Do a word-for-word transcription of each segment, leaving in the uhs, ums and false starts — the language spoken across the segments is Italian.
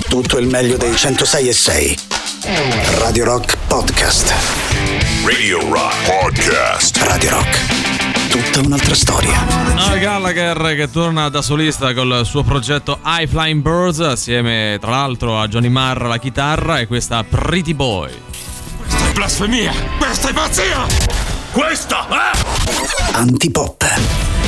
tutto il meglio dei centosei e sei. Radio Rock Podcast. Radio Rock Podcast. Radio Rock. Tutta un'altra storia. Noel Gallagher che torna da solista col suo progetto High Flying Birds, assieme tra l'altro a Johnny Marr alla chitarra e questa Pretty Boy. Questa è blasfemia! Questa è pazzia! Questa è... Antipop.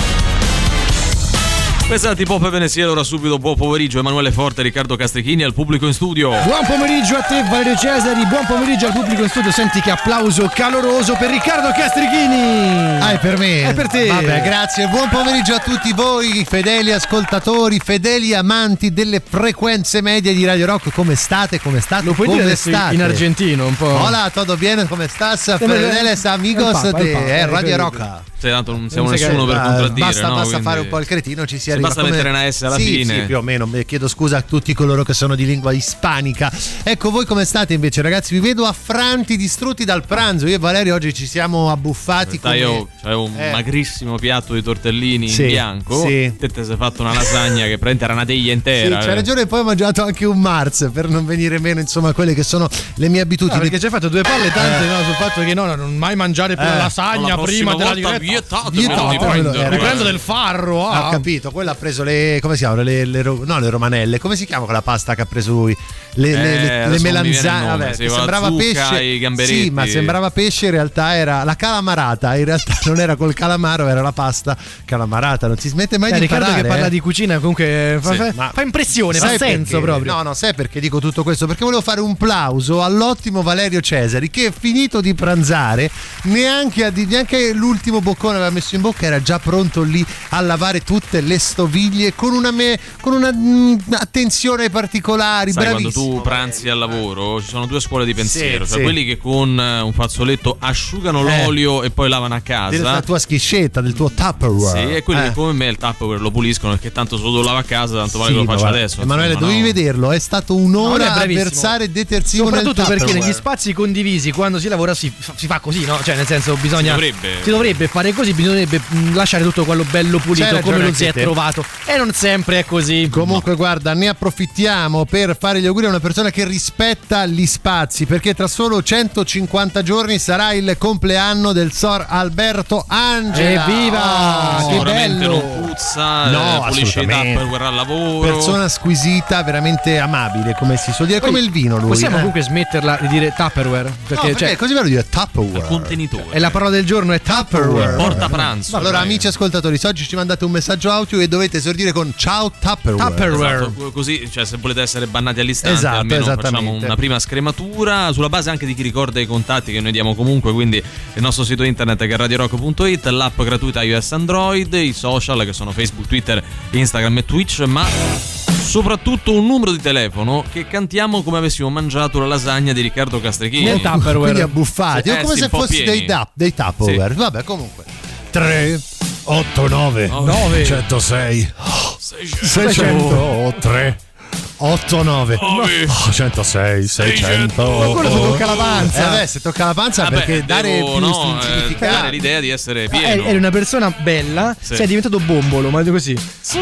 Questa è Antipop Venezia, ora subito buon pomeriggio Emanuele Forte, Riccardo Castrichini al pubblico in studio. Buon pomeriggio a te Valerio Cesari, buon pomeriggio al pubblico in studio. Senti che applauso caloroso per Riccardo Castrichini. Ah, è per me? È per te. Vabbè, grazie. Buon pomeriggio a tutti voi, fedeli ascoltatori, fedeli amanti delle frequenze medie di Radio Rock. Come state? Come state? Lo puoi come dire state? In argentino un po'. Hola, todo bien? Come stas? Fedeles amigos de Radio Rock. Cioè, tanto non siamo Non nessuno che, per ah, contraddire, basta, no? basta Quindi... fare un po' il cretino, ci si Sì, arriva. basta come... mettere una S alla sì, fine. Sì, più o meno. Chiedo scusa a tutti coloro che sono di lingua ispanica. Ecco, voi come state invece, ragazzi? Vi vedo affranti, distrutti dal pranzo. Io e Valerio oggi ci siamo abbuffati come... Io c'avevo un eh. magrissimo piatto di tortellini sì, in bianco. Sì. Te ti sei fatto una lasagna che praticamente era una teglia intera. Sì, c'hai ragione, e poi ho mangiato anche un Mars per non venire meno, insomma, a quelle che sono le mie abitudini. No, perché ci hai fatto due palle tante, eh. no, sul fatto che no, no, non mai mangiare più Eh. la lasagna La prima della diretta. diretta. Vietatemelo di prendere. Riprendo del farro. Ah. Ho capito, quello ha preso le, come si chiamano, le, le, no, le romanelle, come si chiama quella pasta che ha preso lui? Le, Eh, le, le, le melanzane, vabbè, sì, che con la sembrava zucca, pesce. i gamberetti. Sì, ma sembrava pesce, in realtà era la calamarata, in realtà non era col calamaro, era la pasta calamarata, non si smette mai Eh, di Riccardo imparare. che parla eh. di cucina comunque fa, Sì, fa, ma fa impressione, fa Sai senso perché? proprio. No, no, sai perché dico tutto questo? Perché volevo fare un plauso all'ottimo Valerio Cesari che finito di pranzare, neanche, a, neanche l'ultimo boccone aveva messo in bocca, era già pronto lì a lavare tutte le stoviglie con una, me, con una mh, attenzione ai particolari. Sai, bravissimo. quando tu pranzi al lavoro ci sono due scuole di pensiero, Sì, cioè sì. quelli che con un fazzoletto asciugano Eh. l'olio e poi lavano a casa. Della tua schiscetta, del tuo Tupperware. Sì, e quelli Eh. che come me il Tupperware lo puliscono perché tanto solo lo lava a casa, tanto vale Sì, che lo ma faccia guarda, adesso. Emanuele, insomma, dovevi no? vederlo, è stato No, un'ora lui è a bravissimo. versare detersivo nel Soprattutto perché Tupperware. negli spazi condivisi quando si lavora si, si fa così, no? Cioè nel senso bisogna Si dovrebbe. si dovrebbe fare così, bisognerebbe mh, lasciare tutto quello bello pulito C'hai come ragione lo si è anche te. trovato e non sempre è così. Comunque guarda, ne approfittiamo per fare gli auguri a una persona che rispetta gli spazi, perché tra solo centocinquanta giorni sarà il compleanno del Sor Alberto Angela. Evviva! Oh, che Sicuramente bello! non puzza, No, eh, pulisce i assolutamente. Tupperware al lavoro. Persona squisita, veramente amabile, come si suol dire, Poi come il vino lui. Possiamo eh. comunque smetterla di dire Tupperware? No, Perché, perché cioè, è così bello dire Tupperware. Contenitore. è la parola del giorno, è Tupperware. Porta pranzo. Allora, dai. amici ascoltatori, se oggi ci mandate un messaggio audio e dovete esordire con ciao Tupperware. Tupperware. Esatto, così, cioè, se volete essere bannati all'istante, Esatto, almeno facciamo esattamente. una prima scrematura sulla base anche di chi ricorda i contatti che noi diamo comunque. Quindi il nostro sito internet che è radio rock punto it, l'app gratuita iOS Android, i social che sono Facebook, Twitter, Instagram e Twitch, ma soprattutto un numero di telefono che cantiamo come avessimo mangiato la lasagna di Riccardo Castrichini. Nel Tupperware. Quindi abbuffati, Sì, o eh, come sì, se un po' fossi pieni. dei, da, dei Tupperware. Sì. Vabbè, comunque. tre otto nove nove centosei Seicento. seicentotre otto nove Nove. centosei seicento. Ma quello se tocca la panza. Eh beh, se tocca la panza Vabbè, perché dare devo, più no, eh, significato. dare l'idea di essere Ah, pieno. eri una persona bella, Sì. sei diventato bombolo, ma così.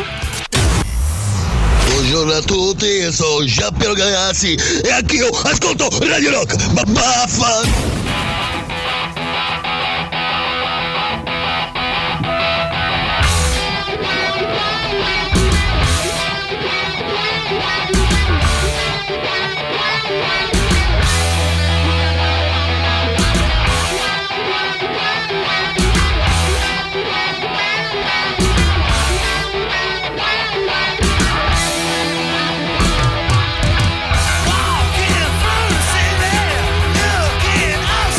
Buongiorno a tutti, sono Giampiero Galeazzi e anch'io ascolto Radio Rock, ma baffa! Walking through the city, looking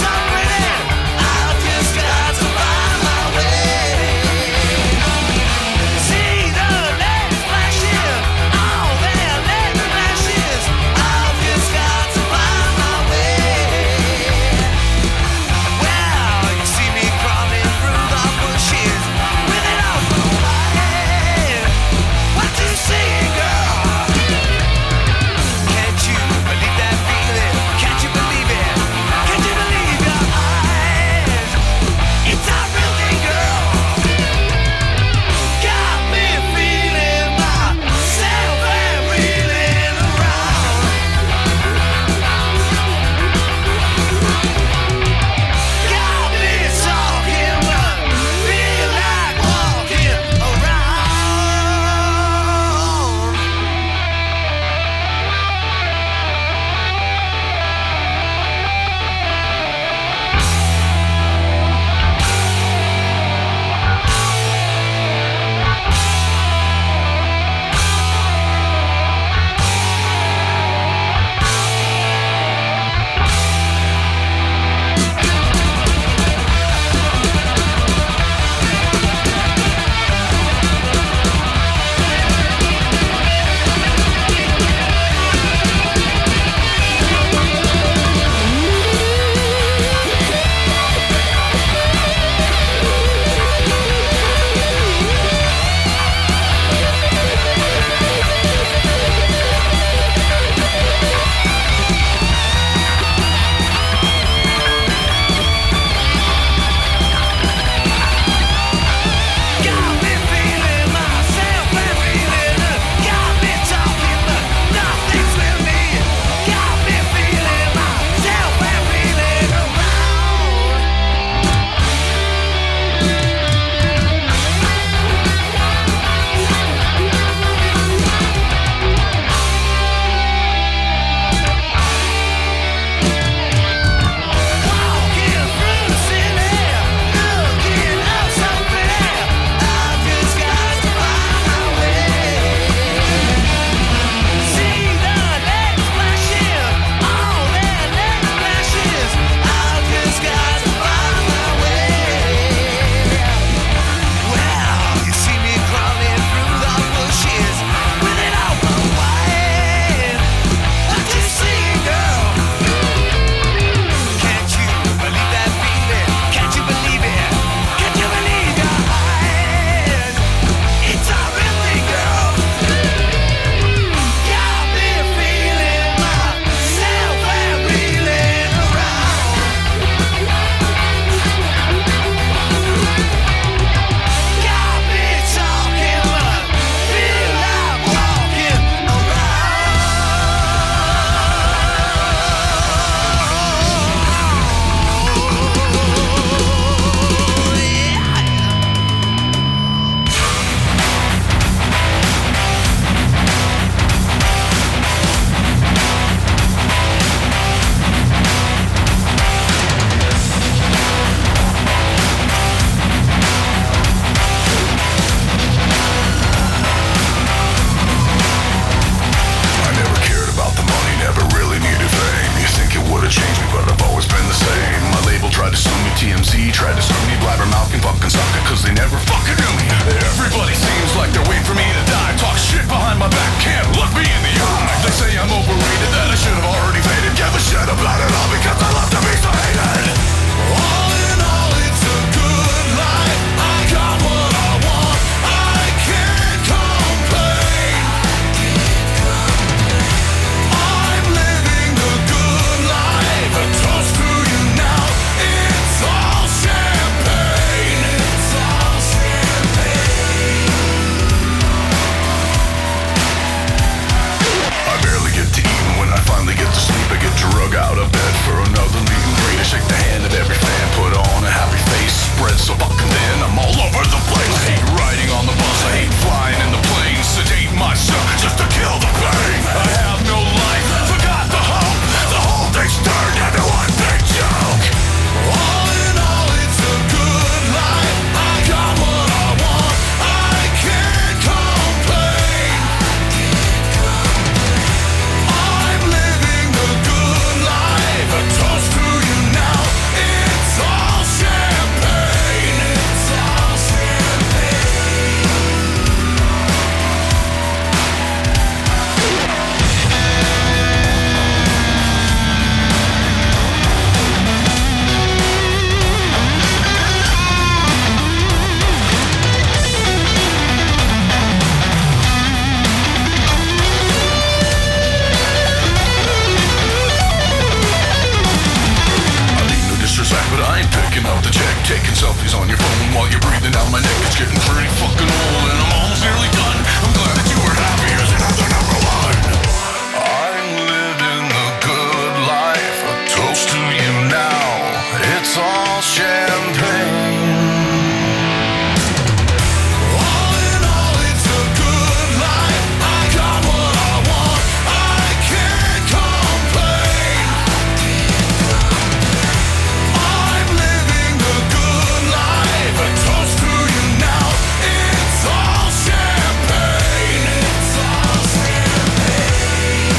they never fucking knew me. Everybody seems like they're waiting for me to die. Talk shit behind my back, can't look me in the eye. They say I'm overrated, that I should have already faded. Give a shit about it all because I love to be so hated. All in all, it's a good life. I got what I want, I can't complain. I'm living the good life. A toast to you now. It's all champagne. It's all champagne. I barely get to eat, and when I finally get to sleep, I get drug out of bed for another meeting. Great, I shake the hand of every fan, put on a happy face, spread so fucking thin, I'm all over the place. I hate riding on the bus, I hate flying in the plane, sedate myself just to kill the pain. I have no life, forgot the hope, the whole thing's turned into one big joke. All in all, it's a good life, I got what I want, I can't complain. I'm living the good life, a toast to you now. It's all champagne. It's all champagne. I mean no disrespect, but I ain't picking up the check. Taking selfies on your phone while you're breathing down my neck. It's getting pretty fucking old and I'm almost nearly done. I'm glad that you were happy as another number one. I'm living the good life. A toast to you now. It's all champagne. All in all, it's a good life. I got what I want. I can't complain. I'm living the good life. A toast to you now. It's all champagne. It's all champagne.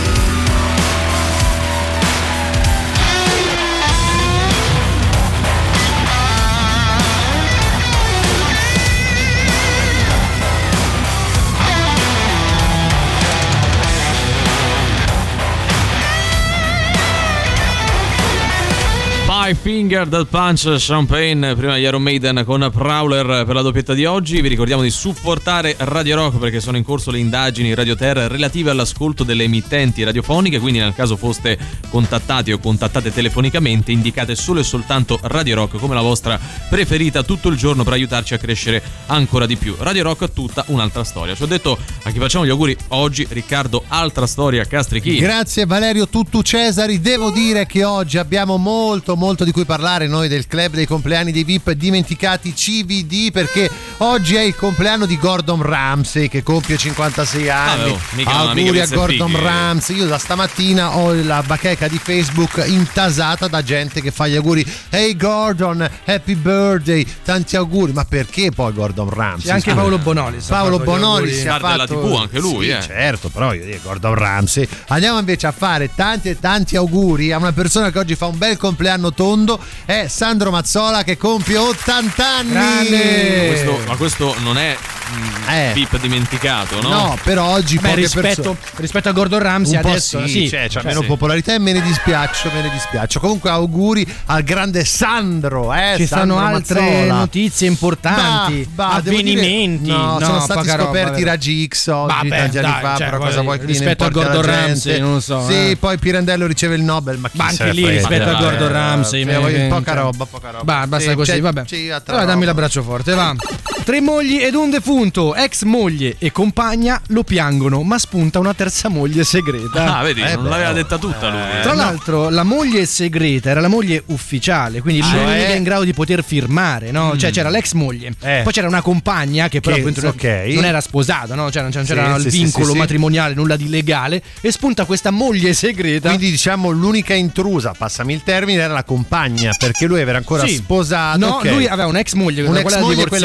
Five Finger Death Punch Champagne, prima gli Iron Maiden con Prowler per la doppietta di oggi. Vi ricordiamo di supportare Radio Rock perché sono in corso le indagini Radio Terra relative all'ascolto delle emittenti radiofoniche, quindi nel caso foste contattati o contattate telefonicamente indicate solo e soltanto Radio Rock come la vostra preferita tutto il giorno per aiutarci a crescere ancora di più. Radio Rock è tutta un'altra storia. Ci ho detto a chi facciamo gli auguri oggi, Riccardo, altra storia Castrichini. Grazie Valerio Tuttu Cesari. Devo dire che oggi abbiamo molto molto di cui parlare noi del club dei compleanni dei V I P dimenticati C V D, perché oggi è il compleanno di Gordon Ramsay che compie cinquantasei anni. Ah, oh, mica auguri a Gordon fighi. Ramsay. Io da stamattina ho la bacheca di Facebook intasata da gente che fa gli auguri. Hey Gordon, happy birthday, tanti auguri. Ma perché poi Gordon Ramsay? C'è anche Paolo Bonolis. Paolo Bonolis si è Star della fatto tivù anche lui, sì, eh. certo, però io dico Gordon Ramsay. Andiamo invece a fare tanti e tanti auguri a una persona che oggi fa un bel compleanno tondo, è Sandro Mazzola che compie ottanta anni. Grande! Questo, ma questo non è mm, Eh. V I P dimenticato, no? No, però oggi Beh, poche rispetto, persone rispetto a Gordon Ramsay un po' adesso sì, sì, cioè, c'ha cioè, meno sì. popolarità e me ne dispiaccio, me ne dispiaccio. Comunque auguri al grande Sandro, eh, ci Sandro sono altre Mazzola. notizie importanti, Bah, bah, devo dire- avvenimenti. no, sono stati poca roba, scoperti i vero. raggi X oggi, Vabbè, tanti anni dai, fa, cioè, però poi, cosa vuoi che ne rispetto a importi alla Gordon gente? Ramsay, non lo so, Sì, eh. poi Pirandello riceve il Nobel, ma chi Ma se anche ne lì frega? rispetto a Dai, Gordon eh, Ramsay, cioè, voglio- eh, poca cioè. roba, poca roba. Bah, basta Sì, così, c'è- vabbè. c'è altra Allora dammi roba. l'abbraccio forte, va. Tre mogli ed un defunto, ex moglie e compagna lo piangono, ma spunta una terza moglie segreta. Ah, vedi, Eh non beh, l'aveva oh. detta tutta lui. eh. Tra l'altro la moglie segreta era la moglie ufficiale, quindi Cioè? l'unica in grado di poter firmare, no? Cioè c'era l'ex moglie, Eh. poi c'era una compagna che però Che- appunto ok. non era sposata, no? Cioè non c'era, Sì, c'era sì, il sì, vincolo sì, sì. matrimoniale, nulla di legale, e spunta questa moglie segreta. Quindi diciamo l'unica intrusa, passami il termine, era la compagna, perché lui era ancora Sì. sposato. No, ok. lui aveva un'ex moglie, Un'ex quella moglie, divorziata, quella ok,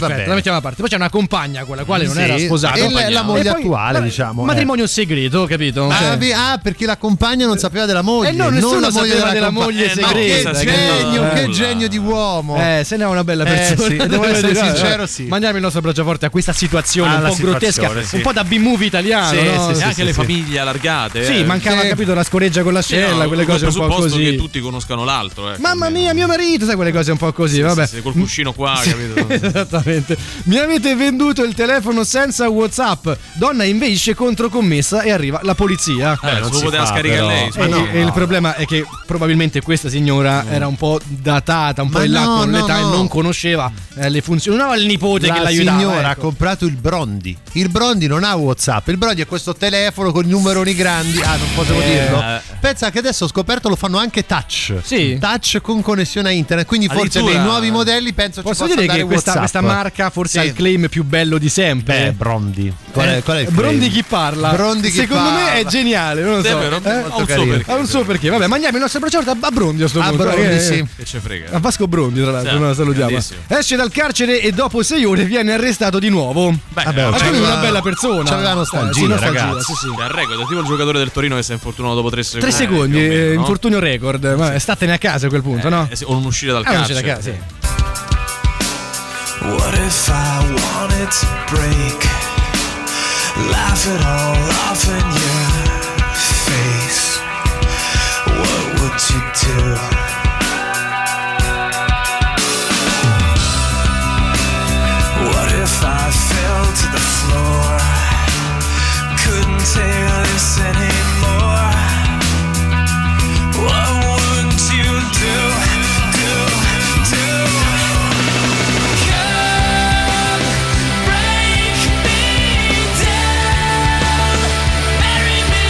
va perfetto, bene. la mettiamo a parte. Poi c'è una compagna con la quale non Sì, era sposato. e la, la moglie E poi- attuale, vabbè, diciamo. eh. Matrimonio segreto, capito? Ah, Cioè- vi- ah, perché la compagna non sapeva della moglie. Eh no, nessuno non la moglie sapeva della compa- moglie Eh, ma segreta, che che genio, nulla. che genio di uomo. Eh, se ne è una bella Eh, persona. sì, devo essere dire, sincero, eh, sì. Mandiamo il nostro braccio forte a questa situazione Alla un po' situazione, grottesca, sì. un po' da B-movie italiano. Sì, no? sì, E sì, anche sì, le sì. famiglie allargate. Sì, eh. mancava, Sì. capito, la scoreggia con l'ascella, Sì, no, quelle cose un po' presupposto così. che tutti conoscano l'altro. Ecco, Mamma almeno. mia, mio marito, sai quelle cose un po' così, vabbè. Sì, sì, col cuscino qua, capito? Esattamente. Mi avete venduto il telefono senza WhatsApp. Donna inveisce controcommessa e arriva la polizia. Eh, non se lo si poteva fa, scaricare però. lei. E, ma no. e il problema è che probabilmente questa signora era un po' datata, un po' Ma in là no, con no, l'età no. e non conosceva eh, le funzioni. Non aveva il nipote che La l'aiutava. signora ha ecco. comprato il Brondi. Il Brondi non ha WhatsApp. Il Brondi è questo telefono con i numeroni grandi. Ah, non potevo Eh. dirlo. Pensa che adesso ho scoperto lo fanno anche touch. Sì. Touch con connessione a internet. Quindi forse Addirittura- nei nuovi modelli penso ci Posso possa dire andare che questa, WhatsApp. questa marca forse Sì. ha il claim più bello di sempre. Beh, Brondi. Qual è, qual è il Brondi claim? chi parla? Brondi chi Secondo parla. me è geniale, non lo Sì, so. è vero, Eh? ha un suo carino. perché. Ha un suo perché. Vabbè, mandiamo il nostro bracciato a Brondi a sto A punto. Brondi, eh, sì. Che ce frega. A Vasco Brondi, tra l'altro, Sì, noi lo salutiamo. grandissimo. Esce dal carcere e dopo sei ore viene arrestato di nuovo. Beh, Vabbè, eh, Ma quindi c'aveva- una bella persona. c'aveva nostalgia, Eh, sì, ragazzi. sì, sì. che a regola, tipo il giocatore del Torino che si è infortunato dopo tre secondi. Tre secondi, più o meno, eh, no? infortunio record. Vabbè, statene a casa a quel punto, no? Eh, sì, o un uscire dal Ah, non c'è carcere. da casa, sì. What if I wanted to break? Laugh it all off in your face. What would you do? What if I fell to the floor? Couldn't take this anymore. What would you do? Do, do? Come break me down, bury me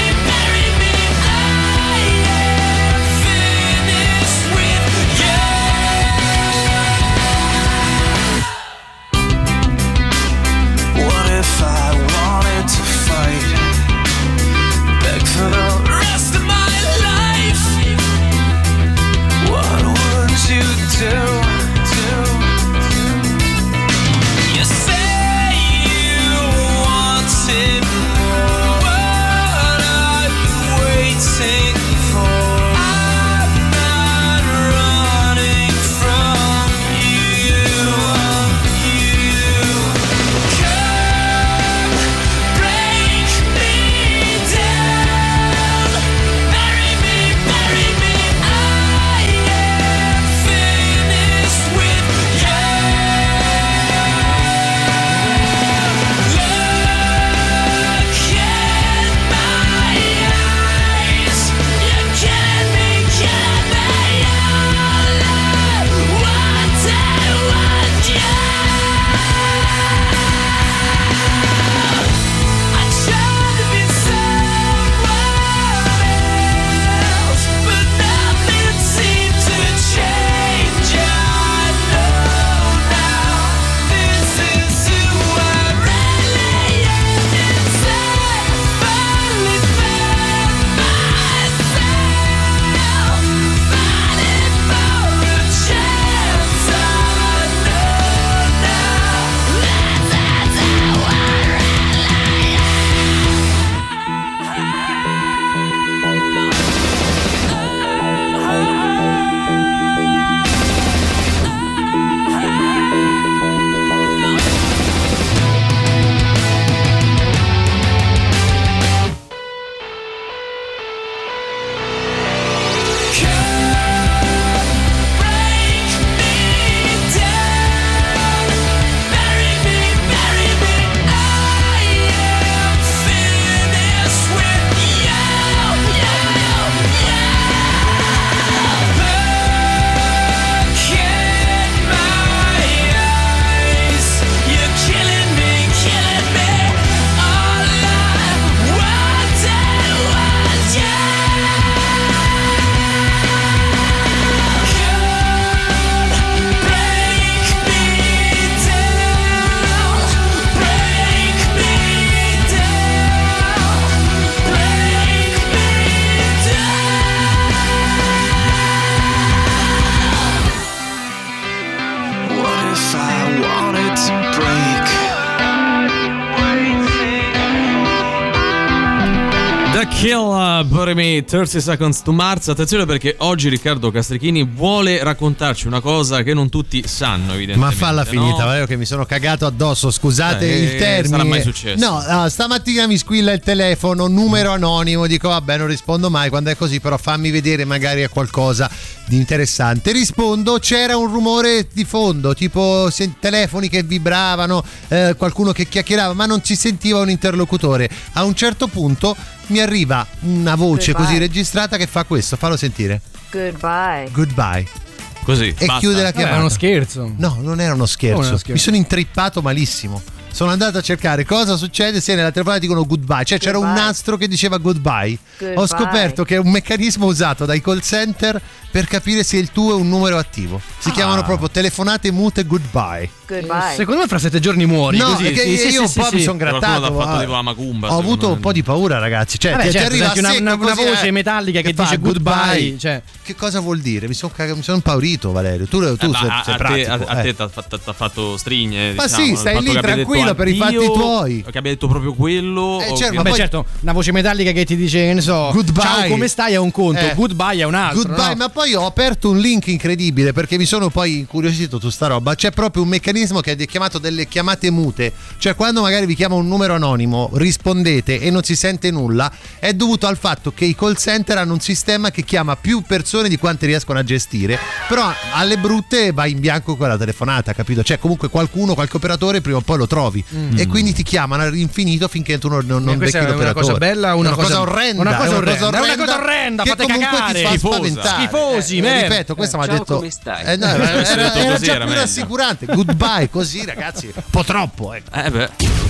Kill uh, Bury Me thirty Seconds to Mars. Attenzione perché oggi Riccardo Castrichini vuole raccontarci una cosa che non tutti sanno, evidentemente. Ma falla no? finita, Valerio, che mi sono cagato addosso, scusate eh, il termine. Sarà mai successo? No, no, stamattina mi squilla il telefono, numero anonimo, dico vabbè non rispondo mai quando è così, però fammi vedere magari è qualcosa di interessante. Rispondo, c'era un rumore di fondo, tipo se- telefoni che vibravano, eh, qualcuno che chiacchierava, ma non si sentiva un interlocutore. A un certo punto mi arriva una voce Goodbye. così registrata che fa questo, fallo sentire. Goodbye. Goodbye. Così. E basta. chiude la Vabbè, chiamata. è uno scherzo. No, non era uno scherzo. Non era uno scherzo. Mi sono intrippato malissimo. Sono andato a cercare cosa succede se nella telefonata dicono goodbye. Cioè c'era un Goodbye. nastro che diceva goodbye. Goodbye. Ho scoperto che è un meccanismo usato dai call center per capire se il tuo è un numero attivo. Si Ah. chiamano proprio telefonate mute goodbye. Goodbye. Secondo me fra sette giorni muori. No, così. è che Sì, sì, io sì, un po' sì, mi sì. sono Qualcuno grattato. t'ha fatto ah, tipo la macumba, Ho secondo avuto me. un po' di paura, ragazzi. Cioè, Vabbè, ti, ti certo, arriva senti una- secco una- una così, voce eh, metallica che fa dice goodbye, cioè. Che cosa vuol dire? Mi sono mi sono impaurito, Valerio. Tu, tu Eh, ma sei, a, sei a te, pratico. a, a eh. te t'ha, t'ha- t'ha fatto strigne. Ma diciamo, sì, il stai fatto lì che abbia tranquillo detto per i fatti addio, tuoi. Che abbia detto proprio quello. Eh, o certo, che- ma Vabbè, poi- certo, una voce metallica che ti dice, che ne so, Goodbye. ciao, come stai è un conto, Eh. goodbye è un altro. Goodbye, no? ma poi ho aperto un link incredibile perché mi sono poi incuriosito su sta roba. C'è proprio un meccanismo che è chiamato delle chiamate mute. Cioè, quando magari vi chiama un numero anonimo, rispondete e non si sente nulla, è dovuto al fatto che i call center hanno un sistema che chiama più persone di quante riescono a gestire. Però alle brutte vai in bianco con la telefonata, capito? Cioè, comunque qualcuno, qualche operatore prima o poi lo trovi. E quindi ti chiamano all'infinito finché tu non, non Eh, becchi questa è una l'operatore. cosa bella, una È una cosa cosa- orrenda. una cosa è orrenda, è una cosa orrenda, che fate comunque cagare. ti fa Schifosa. spaventare. Schifosi, Eh, merda. ripeto, questo mi ha ciao, detto come stai? Eh, no, era, Se avesse era, detto era così già era più meglio. rassicurante. Goodbye, così ragazzi, un po' troppo, ecco. Eh beh.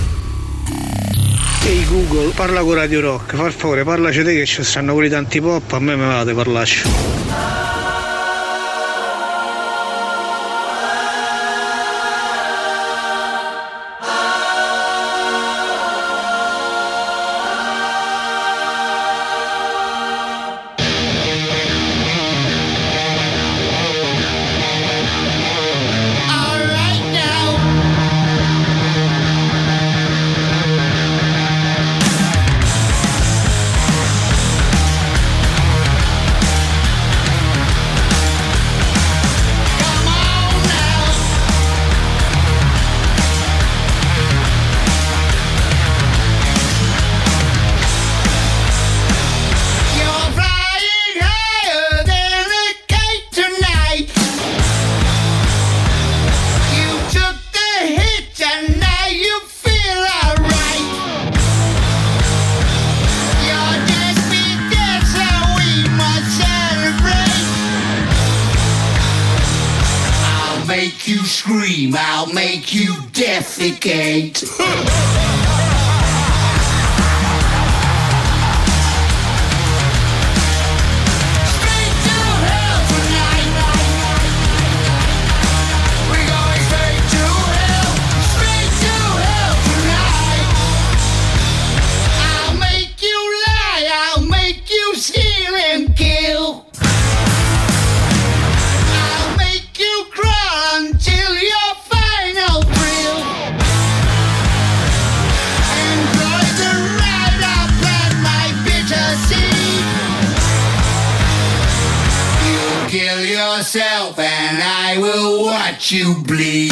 Ehi Google, parla con Radio Rock, per favore, parlaci te che ci stanno quelli tanti pop, a me me va di parlarci. You're flying higher than a kite tonight. You took the hit and now you feel alright. Your day's begun, so we must celebrate. I'll make you scream, I'll make you defecate. Straight to hell tonight. We're going straight to hell, straight to hell tonight. I'll make you lie, I'll make you steal and kill. I'll make you crawl until your final thrill. And for the ride I'll plant my bitter seed. You kill yourself and I will watch you bleed.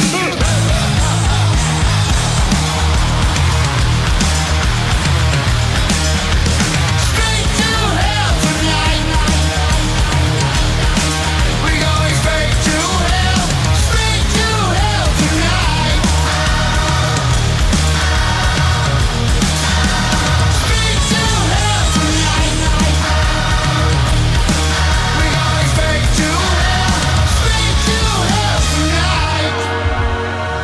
Straight to hell tonight. We're going straight to hell, straight to hell tonight. Straight to hell tonight. We're going straight to hell, straight to hell tonight.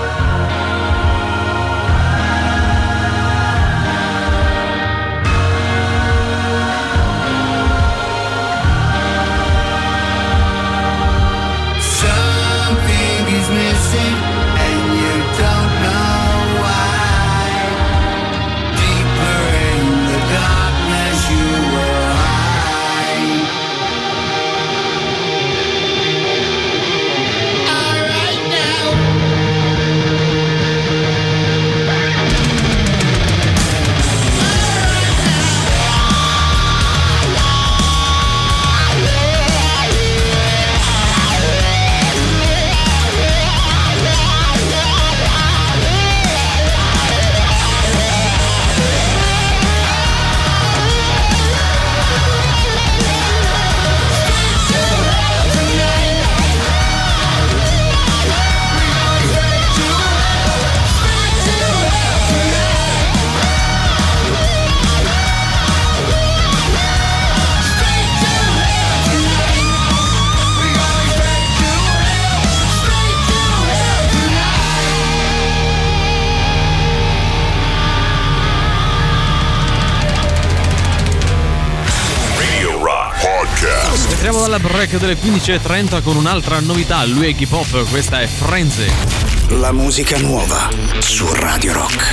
Entriamo dalla break delle quindici e trenta con un'altra novità. Lui è Iggy Pop, questa è Frenzy. La musica nuova su Radio Rock.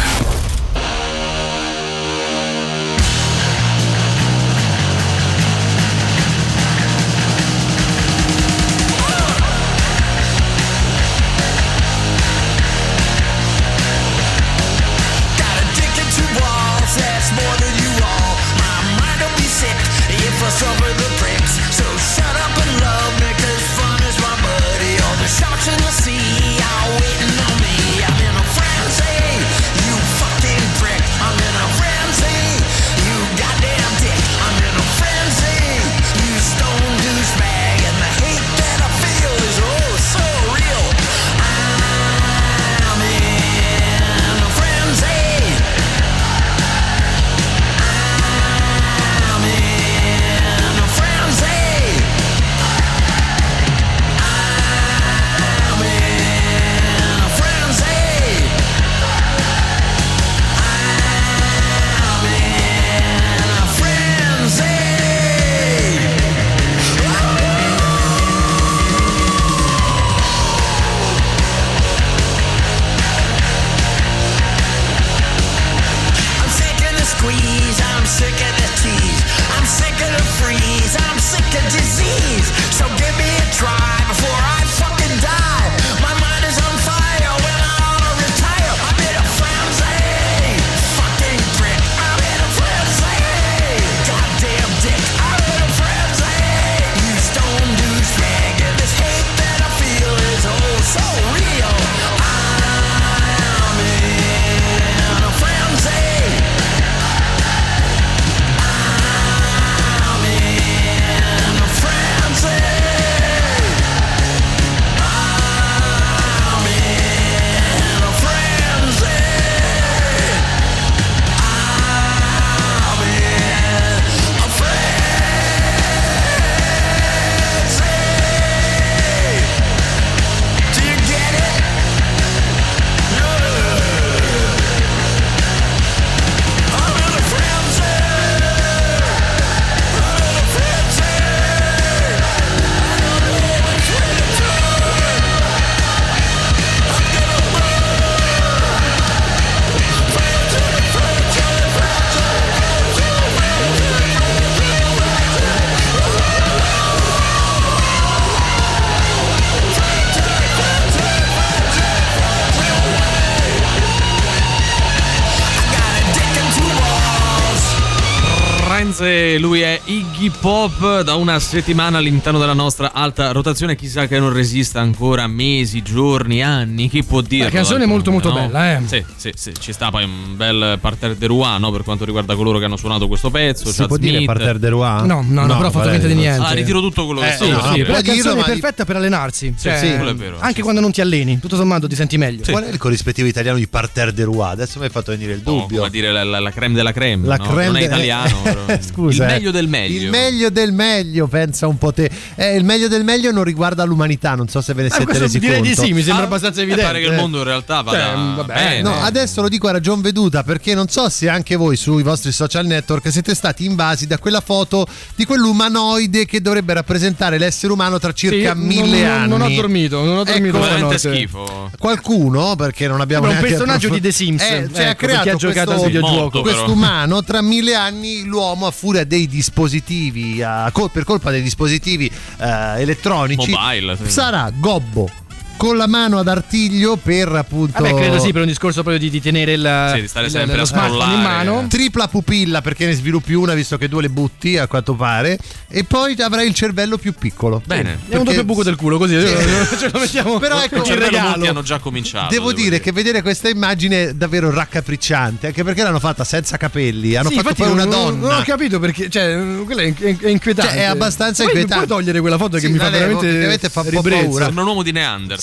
Lui è Iggy Pop, da una settimana all'interno della nostra alta rotazione. Chissà che non resista ancora mesi, giorni, anni, chi può dire. La canzone è molto molto no? bella, eh. Sì, sì, sì, ci sta poi un bel parterre de Rouen, no? Per quanto riguarda coloro che hanno suonato questo pezzo. Si può Smith. dire parterre de Rouen? No, no, no, però ho fatto finta di niente. Ah, ritiro tutto quello che eh, sto sì, dicendo. sì, però la dirlo, canzone è ma- perfetta per allenarsi. Sì, cioè, sì, quello è vero. anche quando non ti alleni, tutto sommato ti senti meglio. Qual è il corrispettivo italiano di parterre de Rouen? Adesso mi hai fatto venire il Oh, dubbio. come dire la, la, la creme della creme, La no? creme Non è de- italiano. però. Scusa, il eh. meglio del meglio. Il meglio del meglio, pensa un po' te. Eh, il meglio del meglio non riguarda l'umanità, non so se ve ne Eh, siete questo resi direi conto. di sì, mi sembra Ah, abbastanza eh, evidente. pare che il mondo in realtà vada Cioè, vabbè, bene. No, adesso lo dico a ragion veduta, perché non so se anche voi sui vostri social network siete stati invasi da quella foto di quell'umanoide che dovrebbe rappresentare l'essere umano tra circa Sì, mille non, anni. Non ho dormito, non ho dormito Ecco, veramente stanotte. schifo. Qualcuno, perché non abbiamo Sembra un neanche personaggio approf- di The Sims, eh, cioè, ecco, ha creato per chi ha giocato questo, al videogioco. Molto, però. quest'umano tra mille anni. L'uomo, a furia dei dispositivi, a col- per colpa dei dispositivi eh, elettronici, Mobile, sì. sarà gobbo con la mano ad artiglio per appunto. Vabbè, credo sì, per un discorso proprio di, di tenere il, Sì, di stare il- sempre lo a smartphone in scrollare. mano. Tripla pupilla, perché ne sviluppi una visto che due le butti a quanto pare, e poi avrai il cervello più piccolo. Bene. È un doppio buco del culo, così ce lo mettiamo. Però ecco, Il il cervello regalo. molti hanno già cominciato. Devo dire che vedere questa immagine è davvero raccapricciante, anche perché l'hanno fatta senza capelli, hanno Sì, fatto infatti poi una non, donna. non ho capito perché, cioè, quella è, è, è inquietante. Cioè, è abbastanza Puoi- inquietante. Puoi togliere quella foto che Sì, mi fa la levo, veramente, effettivamente fa un po' ribrezzo. paura. Sembra un uomo di Neanderthal.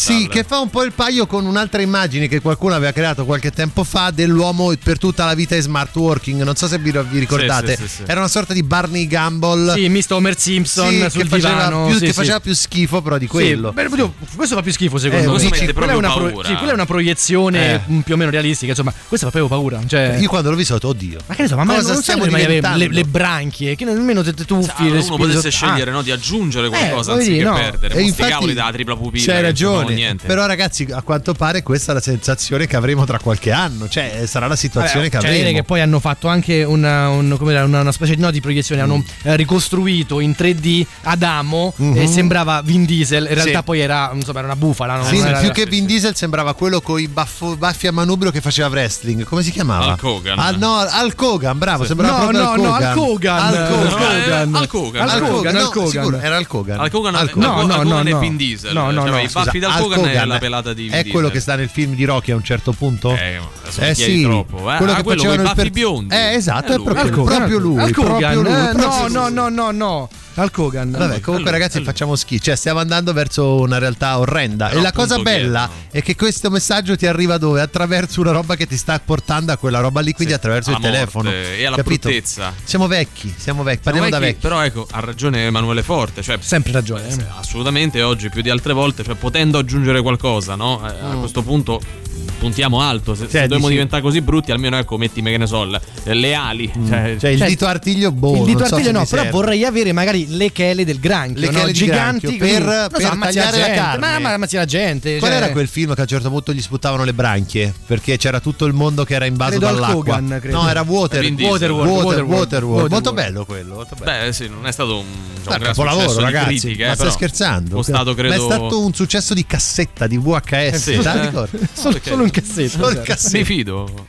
Sì, che fa un po' il paio con un'altra immagine che qualcuno aveva creato qualche tempo fa dell'uomo per tutta la vita in smart working. Non so se vi, vi ricordate. Sì, sì, sì, sì. Era una sorta di Barney Gumble. Sì, misto Homer Simpson sì, sul che faceva divano. più, sì, che sì. faceva più schifo però di quello. Sì, beh, questo fa più schifo secondo Eh, me. dici, Quella è, una pro- paura. sì, quella è una proiezione Eh. più o meno realistica. Insomma, questa fa proprio paura. Cioè, Io quando l'ho visto ho detto, oddio. ma che ne so, ma, ma cosa non stiamo sai mai avere diventando? le, le branchie, che nemmeno te, te tuffi. Ah, le uno spine potesse sotto- scegliere ah. no, di aggiungere qualcosa voglio anziché dire, no. perdere. E Sti infatti cavoli della tripla pupilla. c'hai che non fanno ragione. niente. Però ragazzi, a quanto pare questa è la sensazione che avremo tra qualche anno. Cioè sarà la situazione Vabbè, che c'è da dire avremo. che poi hanno fatto anche una, un- come dire, una, una specie di, no, di proiezione, hanno eh, ricostruito in tre D Adamo Mhm. e sembrava Vin Diesel, in realtà Sì. poi era, insomma, era una bufala. Non Sì, era- più che Vin Diesel sembrava quello con i baffo- baffi a manubrio che faceva wrestling. Come si chiamava? Hulk Hogan. Al, no, Hulk Hogan, bravo. Sì. Sembrava No, proprio no, Hulk no, Hogan. Hulk Hogan. Hulk No, Hogan. eh, Hulk Hogan. Hulk Hogan, no, Hulk Hogan. sicuro, era Hulk Hogan. Hulk Hogan, Hulk no, Hogan. no, Hulk no, Hogan no. e Vin Diesel. No, no, Cioè, no, i scusa, baffi da Hulk Hulk Hogan e Hogan la pelata di Vin è Diesel. quello che sta nel film di Rocky a un certo punto? Eh, adesso Eh mi chiedi sì, troppo. Eh. quello Ah, che quello facevano con i il baffi per- biondi. Eh, esatto, è lui. proprio, Hulk Hogan. proprio lui. Hulk proprio Hogan, lui, eh, proprio no, lui. no, no, no, no. Hulk Hogan. Vabbè, comunque allora, ragazzi allora. facciamo schifo, cioè stiamo andando verso una realtà orrenda. Però e la cosa appunto che- bella no. è che questo messaggio ti arriva dove? Attraverso una roba che ti sta portando a quella roba lì, quindi Sì, attraverso il alla telefono. morte e alla capito? bruttezza. Siamo vecchi, siamo vecchi, parliamo da Vecchi, vecchi. Però ecco, ha ragione Emanuele Forte, cioè Sempre ragione. eh. assolutamente oggi più di altre volte, cioè potendo aggiungere qualcosa, no? Eh, A questo punto puntiamo alto, se, se Cioè, dobbiamo dici- diventare così brutti, almeno ecco, mettimi che ne so, le, le ali, cioè, Cioè il Cioè, dito artiglio boh, il dito non so artiglio se no, mi però serve. vorrei avere magari le chele del granchio, Le no? chele di giganti granchio, così, per- non so, per ammazzi la tagliare la gente, carne. Ma, ma ammazzi la gente. Qual cioè- era quel film che a un certo punto gli sputavano le branchie? Perché c'era tutto il mondo che era invaso Credo Hulk dall'acqua. Hogan, credo. No, era Water, Vin Diesel. Waterworld, Waterworld, Water, Waterworld. Molto Waterworld. bello quello, molto bello. beh sì, non è stato un, Ma un gran capolavoro, successo ragazzi. di critica, ma eh, stai però scherzando? costato credo Ma è stato un successo di cassetta di V H S, sì, te la eh. ricordi? Solo, Perché- solo un cassetto. Solo il cioè. cassetto. mi fido.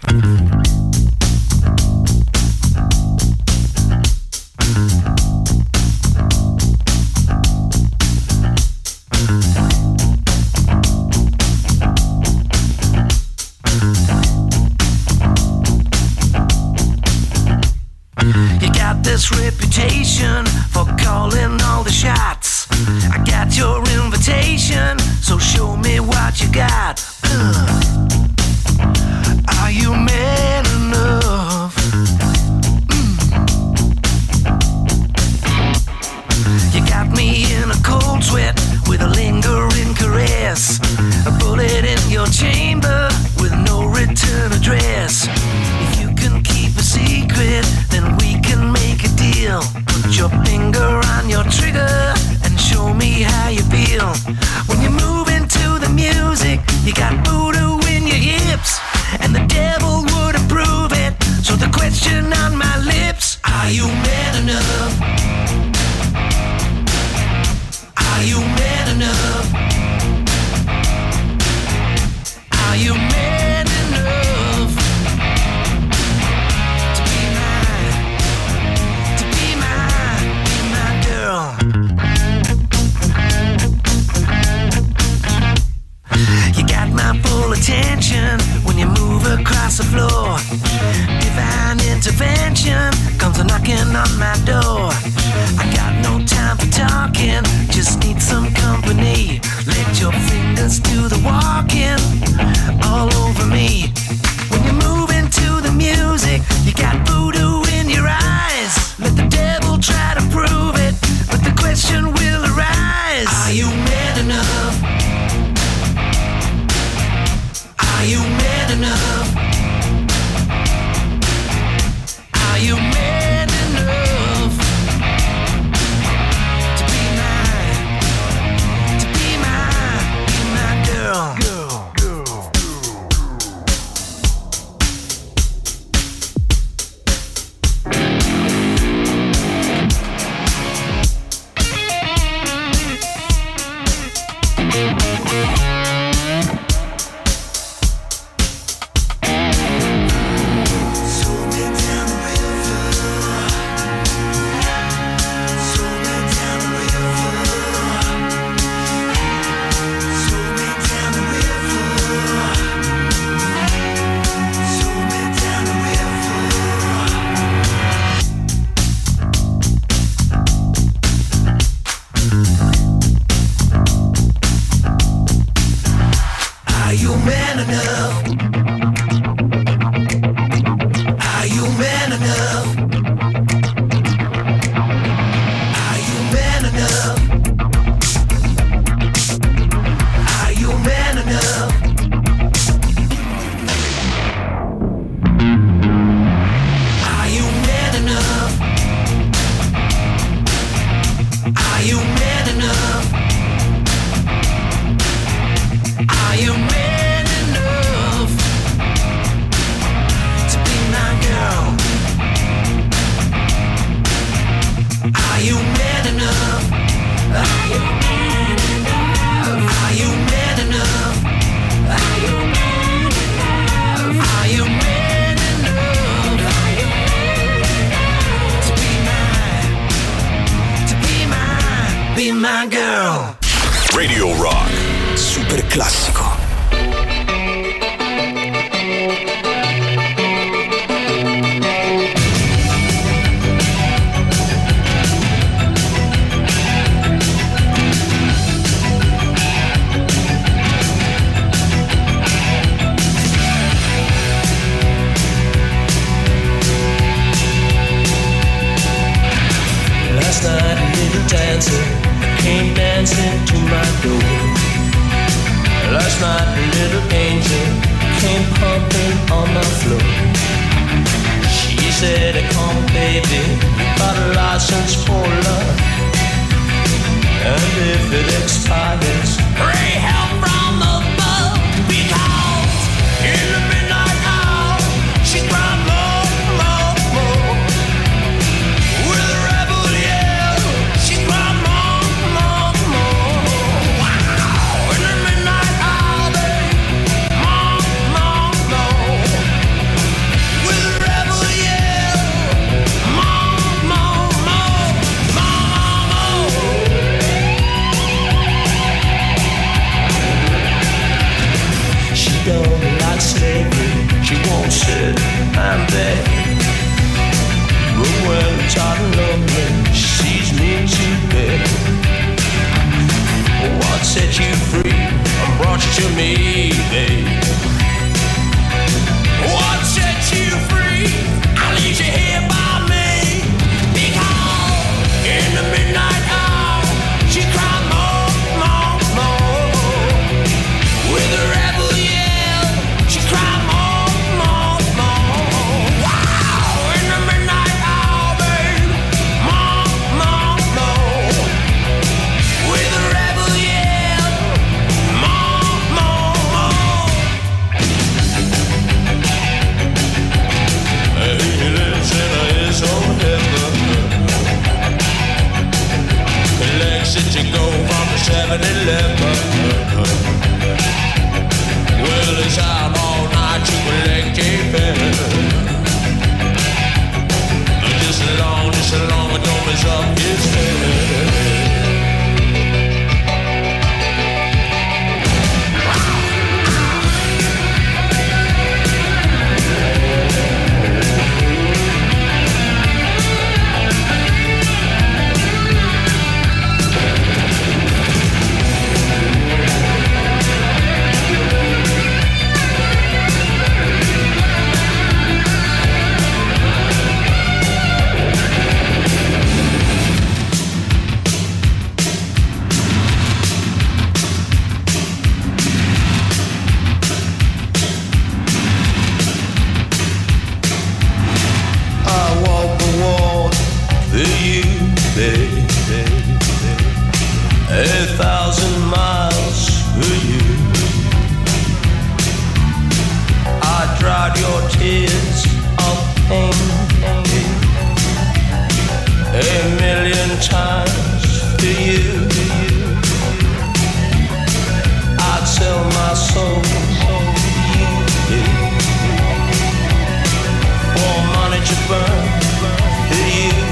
You got this reputation for calling all the shots. I got your invitation, so show me what you got. Uh. Are you man enough? Mm. You got me in a cold sweat with a lingering caress. A bullet in your chamber with no return address. If you can keep a secret, then we can make a deal. Put your finger on your trigger and show me how you feel. When you move into the music, you got voodoo in your hips, and the devil would approve it. So the question on my lips: are you man enough? Are you man enough? Are you man enough to be mine? To be mine, be my girl. You got my full attention when you move across the floor. Divine intervention comes a knocking on my door. I got no time for talking, just need some company. Let your fingers do the walking all over me. When you move into the music, you got voodoo in your eyes. Let the devil try to prove it, but the question will arise: are you man enough? Are you man enough? Are you man enough to be mine? To be mine, be my girl. Girl, girl. my girl. Radio Rock. Super classico. Last night a little dancer came dancing to my door. Last night a little angel came pumping on my floor. She said, come baby, you got a license for love, and if it expires, pray help from above. Because in the midnight hour she cried more, more, more. With a rebel yell she cried more, more, more. Wow! In the midnight hour, babe, more, more, more. With a rebel yell, more, more, more, more, more. She don't like slavery, she won't sit and beg. But when I'm tired and lonely, she sees me to bed. What set you free and brought you to me, babe? What set you free and leaves you here by me? Because in the midnight hour she cried more, more, more. With a rebel yell she cried more, more, more. Wow! In the midnight hour, babe, more, more, more. With a rebel yell, more, more, more. He lives in his own heaven. Collects it to go from the seven eleven. Well, it's out all night to collect a pen. Just along, just along with Thomas up his head. I walk the wall for you, baby. A thousand miles for you. I dried your tears of pain a million times for you. I'd sell my soul for you. For money to burn for you.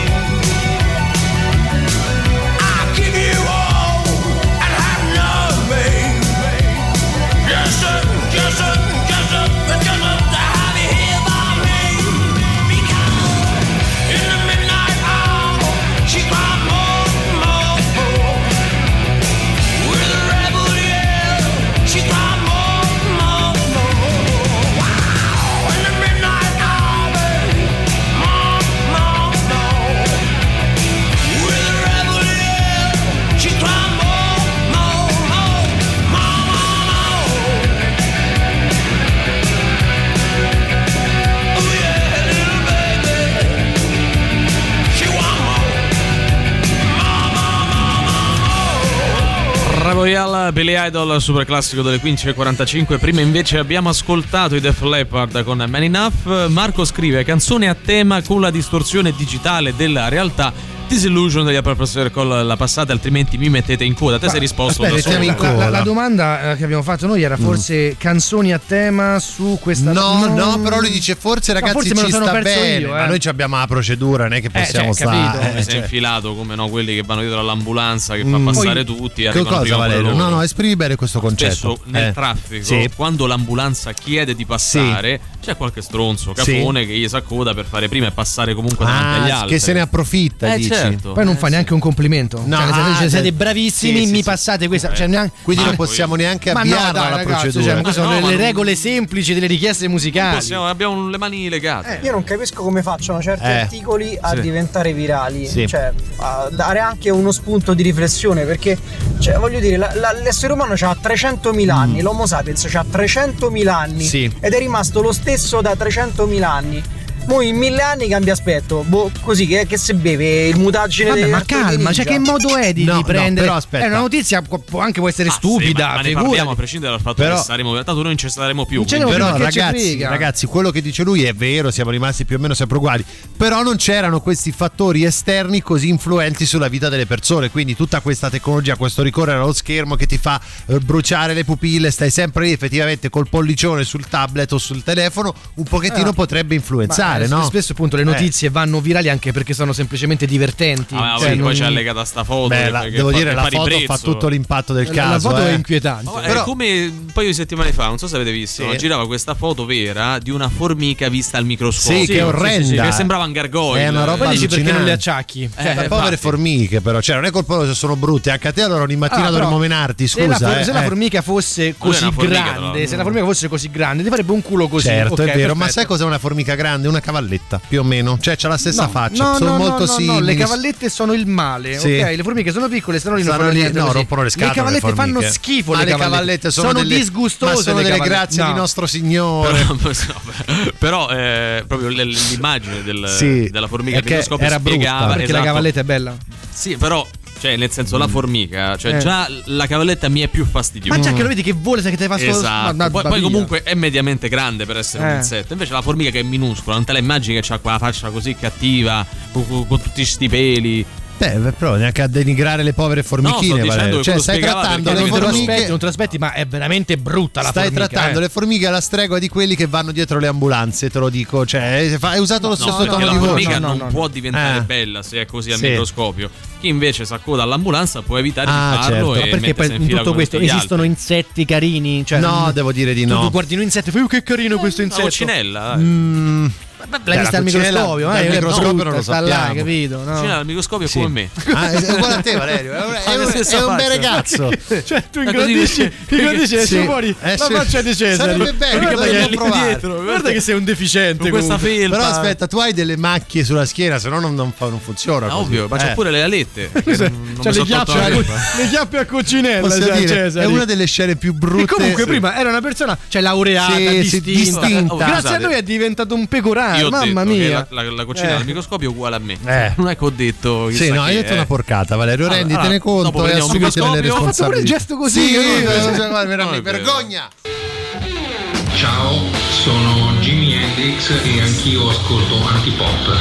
I'll give you all and have none, babe. Just a, just a, just a, just a, to have you here by me. Because in the midnight hour she cried more, more, more. With a rebel yell she cried more, more, more. Wow! In the midnight hour, babe, more, more, more. With a rebel yell she cried more, more, more, more, more. Oh yeah, little baby, she want more, more, more, more, more. Royal, Billy Idol, super classico delle quindici e quarantacinque. Prima invece abbiamo ascoltato i Def Leppard con Man Enough. Marco scrive: canzone a tema con la distorsione digitale della realtà Disillusion degli Upper Plus Circle la passata, altrimenti mi mettete in coda. Te sei risposto Aspetta, da solo. in coda. La, la domanda che abbiamo fatto noi era forse mm. canzoni a tema su questa. No, non... no, però lui dice forse ragazzi no, forse ci sta bene. Io, eh. Ma noi abbiamo la procedura, non è che possiamo eh, cioè, stare. Eh, si è cioè. infilato come no, quelli che vanno dietro all'ambulanza che fa mm. passare Poi, tutti. Che cosa, Valerio? No, no, esprimi bene questo concetto. Spesso nel eh. traffico, sì. quando l'ambulanza chiede di passare, sì. c'è qualche stronzo capone sì. che gli sa coda per fare prima e passare comunque davanti ah, agli altri. Che se ne approfitta, eh, dici. Certo. Poi non eh, fa neanche sì. un complimento. No, cioè, ah, siete, siete bravissimi, sì, mi sì, passate questa. eh. Cioè, neanche, quindi ma non possiamo neanche ma avviarla no, dai, la ragazzi, procedura. Cioè, queste ma sono no, le, le non... regole semplici delle richieste musicali. Possiamo, abbiamo le mani legate. Eh, io non capisco come facciano certi eh. articoli a sì. diventare virali, sì. cioè a dare anche uno spunto di riflessione, perché cioè, voglio dire, la, la, l'essere umano ha trecentomila mm. anni, l'Homo sapiens ha trecentomila anni sì. ed è rimasto lo stesso da trecentomila anni. Mo in mille anni cambia aspetto, boh, così che, che se beve il mutaggine. Vabbè, ma calma, cioè che modo è di, no, di prendere? No, però aspetta. È una notizia, può anche può essere ah, stupida, sì, ma, ma ne parliamo a prescindere dal fatto però, che saremo tanto noi non ci saremo più. Però ragazzi, ragazzi, quello che dice lui è vero, siamo rimasti più o meno sempre uguali, però non c'erano questi fattori esterni così influenti sulla vita delle persone, quindi tutta questa tecnologia, questo ricorrere allo schermo che ti fa eh, bruciare le pupille, stai sempre lì effettivamente col pollicione sul tablet o sul telefono, un pochettino ah, potrebbe influenzare, ma, no? Spesso appunto le notizie eh. vanno virali anche perché sono semplicemente divertenti. Ah, cioè, sì, non... poi c'è allegata sta foto. Beh, la, devo fa, dire, la fa foto ribrezzo. fa tutto l'impatto del la, caso. La foto eh. è inquietante. Oh, però... È come un paio di settimane fa, non so se avete visto, sì. girava questa foto vera di una formica vista al microscopio. Sì, sì che è orrenda. Sì, sì, che sembrava un gargoyle. È una roba Poi dici perché non le allucinante. acciacchi. Cioè, Eh, le povere formiche, però, cioè, non è colpa loro se sono brutte. Anche a te allora ogni mattina ah, dovremmo però, menarti. Se, Scusa, la, eh, se eh. la formica fosse così formica, grande, però. se la formica fosse così grande, ti farebbe un culo così. Certo, okay, è vero, perfetto. ma sai cos'è una formica grande? Una cavalletta, più o meno. Cioè, c'ha la stessa no, faccia. No, sono no, molto no, no, simili. no, le cavallette sono il male, sì. ok? Le formiche sono piccole, stanno lì, Stanno non lì, fanno no, così. rompono le scatole. Le cavallette le fanno schifo. Ma le le cavallette, cavallette sono, sono delle, disgustose. ma sono le delle cavallette. grazie no. di nostro Signore. Però, però eh, proprio l'immagine del, sì, della formica al che microscopio era spiegava brutta, perché esatto. la cavalletta è bella. Sì, però cioè nel senso la formica, cioè Eh. già la cavalletta mi è più fastidiosa. Ma già che lo vedi che vola, sai che te fa sto Esatto. ma- ma- poi, ma poi via. comunque è mediamente grande per essere un Eh. insetto. Invece la formica che è minuscola, non te la immagini che ha quella faccia così cattiva con, con- con tutti sti peli. Beh, però neanche a denigrare le povere formichine, No, sto Valerio. dicendo che Cioè, quello stai spiegava trattando perché le non te lo formiche. aspetti, non te lo aspetti, ma è veramente brutta la Stai formica. trattando eh. le formiche alla stregua di quelli che vanno dietro le ambulanze, te lo dico. Cioè, hai usato lo No, stesso perché tono la di voce. formica no, no, non no. può diventare Eh. bella se è così al Sì. microscopio. Chi invece si accoda all'ambulanza può evitare Ah, di farlo certo. e Ma perché mettersi poi in in fila tutto con questo tutti gli esistono altri. insetti carini? Cioè, No, mm, devo dire di tu, no. tu guardi un insetto e fai, oh, che carino questo La insetto. coccinella, dai. Mm, L'hai vista al microscopio, dal eh? È microscopio brutta, non lo sta là, sappiamo. capito? No. Coccinella al microscopio Sì. come me. ah, è uguale a te, Valerio. È un, è un- stessa è un bel faccia. ragazzo. Cioè, tu È ingrandisci, così- ingrandisci e Sì. esci fuori Eh, la sì. faccia di Cesare. Sarebbe bello, Guarda dovremmo che- provare. dietro, guarda che sei un deficiente Con questa comunque. felpa. Però aspetta, tu hai delle macchie sulla schiena, se no non, non, fa- non funziona. Ah, così. ovvio, ma c'è Eh. pure le alette. che Cioè, non- non c'ha mi le sono tolto chiappe, la a, felpa. le chiappe a coccinella, Posso cioè, dire, Cesare. è una delle scene più E brutte. comunque Sì. prima era una persona, cioè laureata, Sì, sì, distinta. distinta. Oh, Grazie scusate. a noi è diventato un pecoraro, Io ho mamma detto che mia. la, la, la cucina Eh. al microscopio è uguale a me. Eh. Non è che ho detto chissà Sì, no, chi hai detto è. una porcata, Valerio. Allora, Renditene allora, conto dopo e prendiamo un assumete le microscopio. Ho fatto pure il responsabilità. gesto così. Sì, capito? io- cioè, guarda, No, è vero. vergogna. Ciao, sono Jimi Hendrix e anch'io ascolto Antipop.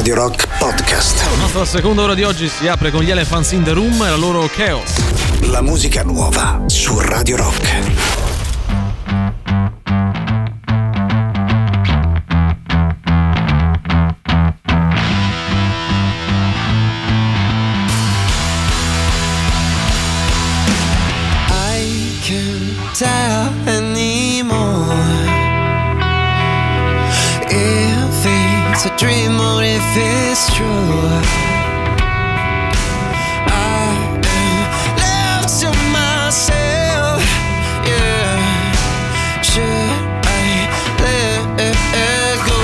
Radio Rock Podcast. La nostra seconda ora di oggi si apre con gli Elephants in the Room e la loro Chaos. La musica nuova su Radio Rock. Tell anymore if it's a dream or if it's true. I am left to myself, yeah. Should I let go?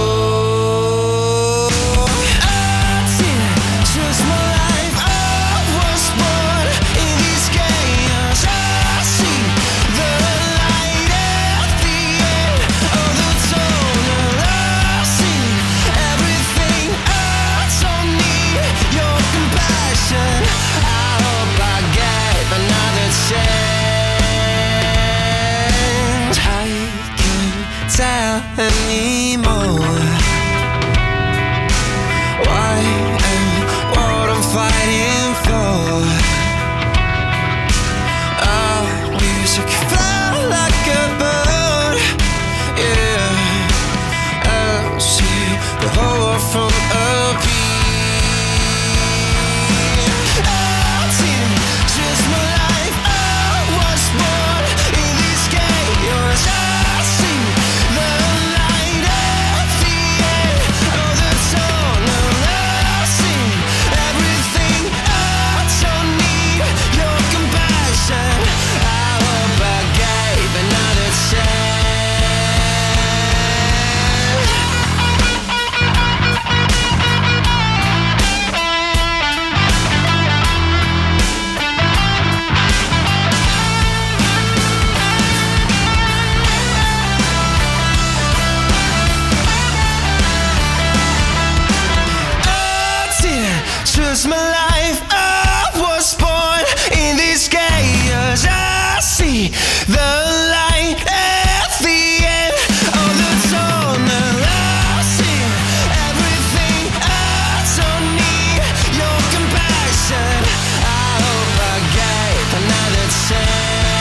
I did choose my life. I was born in this chaos. I see the light at the end of the tunnel. I see everything. I don't need your compassion. I hope I get another chance. I can't tell anymore why and what I'm fighting for. Our music fly like a bird, yeah. And see the whole world from a beat. I didn't choose my life. I was born in this chaos. I see the light at the end of the tunnel. I see everything. I don't need your compassion. I hope I gave another chance. I didn't choose my life. I was born in this chaos. I see the light at the end of the tunnel. I see everything. I don't need your compassion. I hope I gave another chance.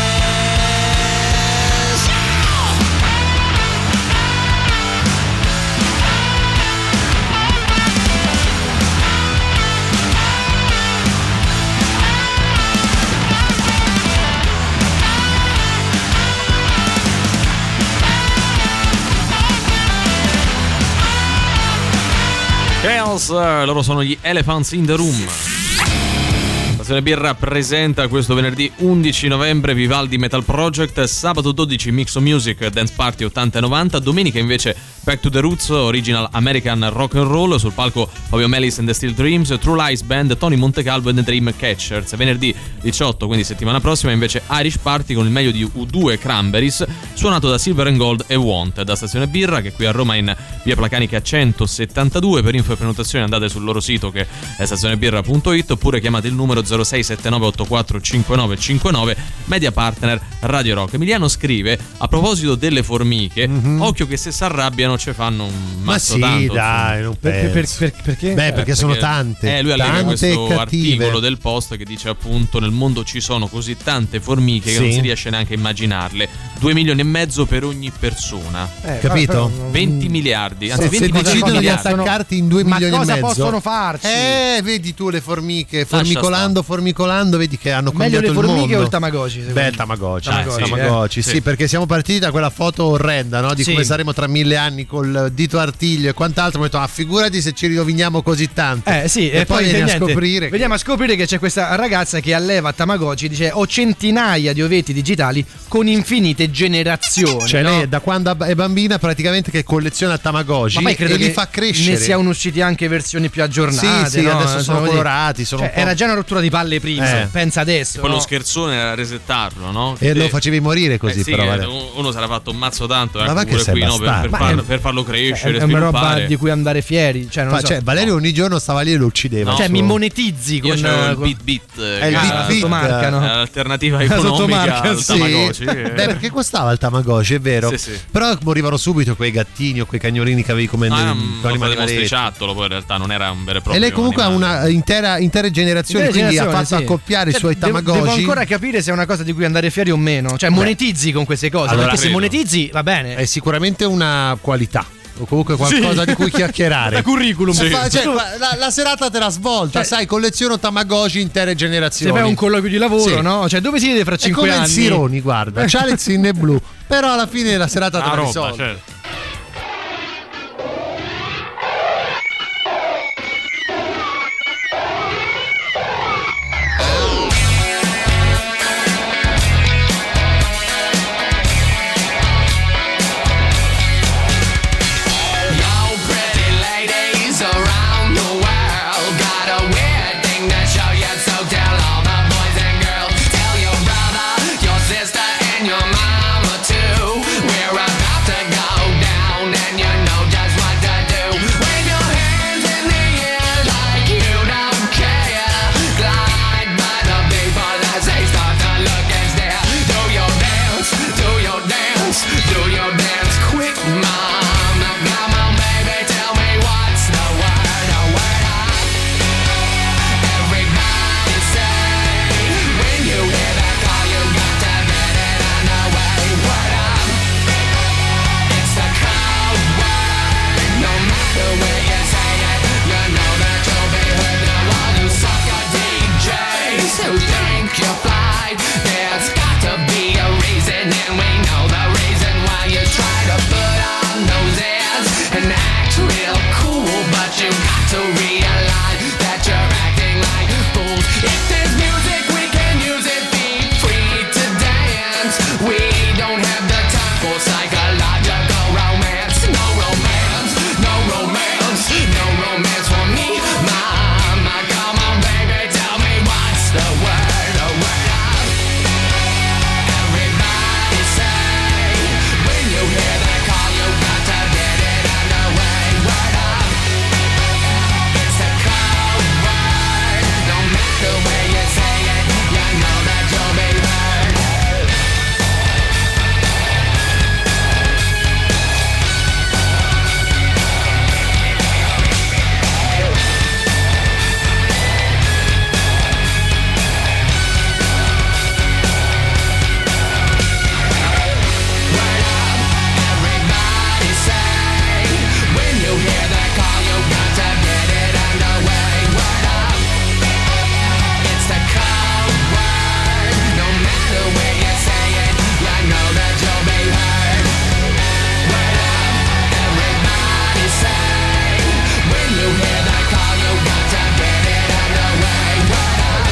Chaos, eh, loro sono gli Elephants in the Room. Stazione Birra presenta questo venerdì undici novembre Vivaldi Metal Project, sabato dodici Mixo Music Dance Party ottanta e novanta, domenica invece Back to the Roots Original American Rock and Roll, sul palco Fabio Melis and the Steel Dreams, True Lies Band, Tony Montecalvo and the Dream Catchers. Venerdì diciotto, quindi settimana prossima, invece Irish Party con il meglio di U due Cranberries, suonato da Silver and Gold e Want. Da Stazione Birra, che qui a Roma in via Placanica centosettantadue. Per info e prenotazioni andate sul loro sito, che è stazionebirra punto it, oppure chiamate il numero zero sei sette nove otto quattro cinque nove cinque nove. Media partner Radio Rock. Emiliano scrive a proposito delle formiche, mm-hmm. occhio che se si arrabbiano ce fanno un mazzo. Ma sì, tanto, dai, non Per- per- penso. per- perché? Beh, perché, perché sono tante. Eh, lui allega tante questo cattive. articolo del Post che dice appunto nel mondo ci sono così tante formiche che Sì. non si riesce neanche a immaginarle. Due milioni e mezzo per ogni persona. Eh, Capito? però- venti miliardi. Anzi, Se, venti se miliardi decidono di miliardi. attaccarti in due Ma milioni e cosa mezzo, possono farci? Eh, vedi tu le formiche, formicolando, formicolando, vedi che hanno Meglio cambiato le il formiche mondo. o il Tamagotchi? secondo Beh, me? il Tamagotchi, Tamagotchi, eh, Tamagotchi, eh. sì, Sì. perché siamo partiti da quella foto orrenda, no? Di Sì. come saremo tra mille anni col dito artiglio e quant'altro. Mi ho detto, ah, figurati se ci roviniamo così tanto. Eh sì, e, e, poi vieni a niente, scoprire. che- veniamo a scoprire che c'è questa ragazza che alleva Tamagotchi, dice ho centinaia di ovetti digitali con infinite generazioni. Cioè, no? lei è da quando è bambina praticamente che colleziona Tamagotchi Ma poi credo e li che fa crescere. ne siano usciti anche versioni più aggiornate. Sì, sì, no? adesso sono così. colorati. Sono Cioè, un po'... era già una rottura di palle prima, Eh. pensa adesso. Poi no? lo scherzone era resetarlo, no? E Sì. lo facevi morire così, Eh sì, però eh, Valerio. uno sarà fatto un mazzo tanto, Ma ecco, va che pure sei qui, no, per, bastardo. per Ma farlo, è- per farlo crescere, È una roba sviluppare. di cui andare fieri. Cioè, non Ma so. cioè, Valerio ogni giorno stava lì e lo uccideva. No. Cioè, Su- mi monetizzi con, Io c'avevo il con- Bit Bit, È il che Bit era Bit, sottomarca, no? l'alternativa La economica sottomarca, al sì. Tamagotchi. Beh, perché costava il Tamagotchi, è vero. Sì, sì. Però morivano subito quei gattini o quei cagnolini che avevi come No, era con un animali sorta di maretti. mostriciattolo, poi in realtà non era un vero e E proprio lei comunque animale. ha una intera, intere generazioni, Intere quindi ha generazioni, fatto sì. accoppiare i Cioè, suoi devo- Tamagotchi. Devo ancora capire se è una cosa di cui andare fieri o meno. Cioè, monetizzi con queste cose. Allora, perché se credo. monetizzi va bene. È sicuramente una qualità. O comunque qualcosa Sì. di cui chiacchierare. Da curriculum. Sì. Sì. Fa- cioè, fa- la, la serata te la svolta, Cioè- sai, colleziono Tamagotchi intere Se generazioni. fai un colloquio di lavoro, Sì. no? Cioè, dove si vede fra È cinque come anni? il Sironi, guarda, c'ha le zinne blu, però alla fine la serata te Ah, la roba, risolve. certo. Yo, pretty ladies around the world, got a weird thing to show you, so tell all the boys and girls. Tell your brother, your sister, and your mama too. We're about to go down, and you know just what to do. Wave your hands in the air like you don't care. Glide by the people as they start to look and stare. Do your dance, do your dance, do your dance quick, mom. Come on, baby, tell me what's the word, a word up. Everybody say, when you hear that call, you got to get it underway. Word up. It's the code word. No matter where you say it, you know that you'll be heard. Now all you sucker D Js who think you're fly, there's got to be a reason, and we know the reason why you try to put on those airs and act real cool, but you got to realize that you're acting like fools. If there's music, we can use it. Be free to dance. We don't have the time for psychological romance. No romance, no romance, no romance for me, mama. Come on, baby, tell me what's the word, a word up. Everybody say, when you hear that call, you got to get it underway. Word up. It's the code word. No matter where you say it, you know that you'll be heard. Everybody say, when you hear that call, you got to get it underway. Word up. It's the code word. No matter where you say it, you know that you'll be heard. Word up. Everybody say, when you hear that call, you got to get it underway. Word up.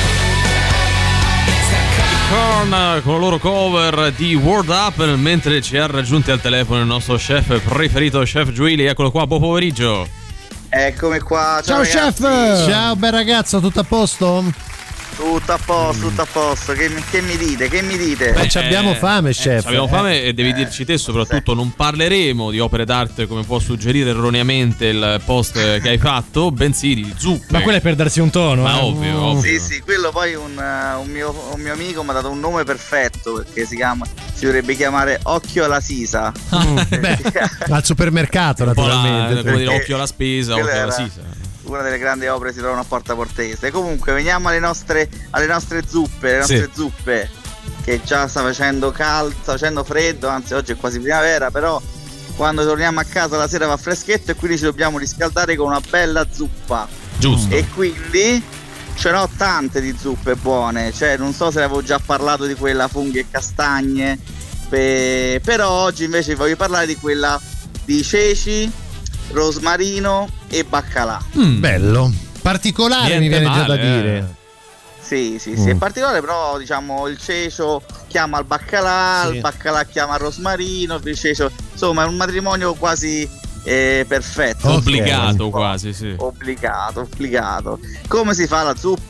It's the code. Korn con la loro cover di Word Up, mentre ci ha raggiunti al telefono il nostro chef preferito, chef Giuili. Eccolo qua, buon pomeriggio. Eccomi qua, ciao, Ciao, ragazzi. chef! Ciao bel ragazzo, tutto a posto? Tutto a posto, tutto a posto. Che, mi- che mi dite? Che mi dite? Beh, ci abbiamo fame, chef. Abbiamo fame Eh. e devi dirci te soprattutto, non parleremo di opere d'arte come può suggerire erroneamente il post che hai fatto, bensì di zuppe. Ma quello è per darsi un tono. Ma eh. ovvio, ovvio. Sì, sì, quello poi un, uh, un, mio, un mio amico mi ha dato un nome perfetto perché si chiama, si dovrebbe chiamare Occhio alla Sisa. Beh, al supermercato, Un po' la- naturalmente. come dire, perché- occhio alla spesa, Quella occhio alla era sisa. Una delle grandi opere si trovano a Porta Portese. Comunque veniamo alle nostre, alle nostre zuppe, le nostre Sì. zuppe che già sta facendo caldo, sta facendo freddo, anzi oggi è quasi primavera, però quando torniamo a casa la sera fa freschetto e quindi ci dobbiamo riscaldare con una bella zuppa. Giusto. E quindi ce n'ho tante di zuppe buone, cioè non so se avevo già parlato di quella funghi e castagne, pe- però oggi invece vi voglio parlare di quella di ceci, rosmarino e baccalà. Mm. Bello. Particolare, mi Niente viene già da male, eh. dire. Sì, sì, sì, Mm. in particolare però diciamo il cecio chiama il baccalà, Sì. il baccalà chiama il rosmarino, il cecio, insomma è un matrimonio quasi eh, perfetto. Obbligato quasi, sì. Obbligato, obbligato. Come si fa la zuppa?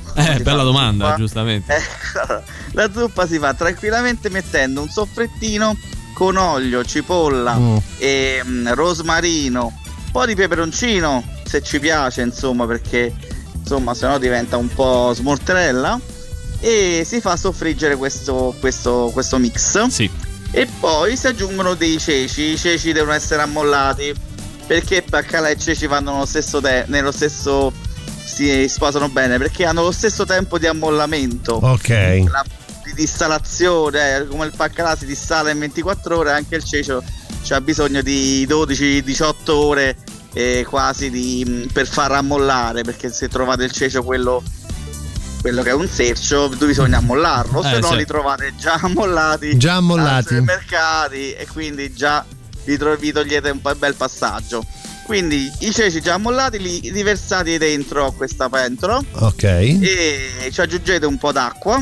Eh, bella domanda, zuppa? giustamente. Eh, la zuppa si fa tranquillamente mettendo un soffrettino con olio, cipolla Mm. e mm, rosmarino, un po' di peperoncino se ci piace, insomma, perché insomma sennò diventa un po' smorterella, e si fa soffriggere questo, questo, questo mix. Sì. E poi si aggiungono dei ceci. I ceci devono essere ammollati, perché baccalà e ceci vanno nello stesso te- nello stesso si sposano bene, perché hanno lo stesso tempo di ammollamento. Ok. La di distillazione, eh, come il baccalà si distalla in ventiquattro ore, anche il cecio c'ha bisogno di dodici diciotto ore eh, quasi di, per far ammollare, perché se trovate il cecio quello quello che è un sercio, bisogna ammollarlo, Eh, se no sì. li trovate già ammollati Già ammollati. ai mercati, e quindi già vi, tro- vi togliete un po' il bel passaggio. Quindi i ceci già ammollati li, li versate dentro a questa pentola Ok. e ci aggiungete un po' d'acqua,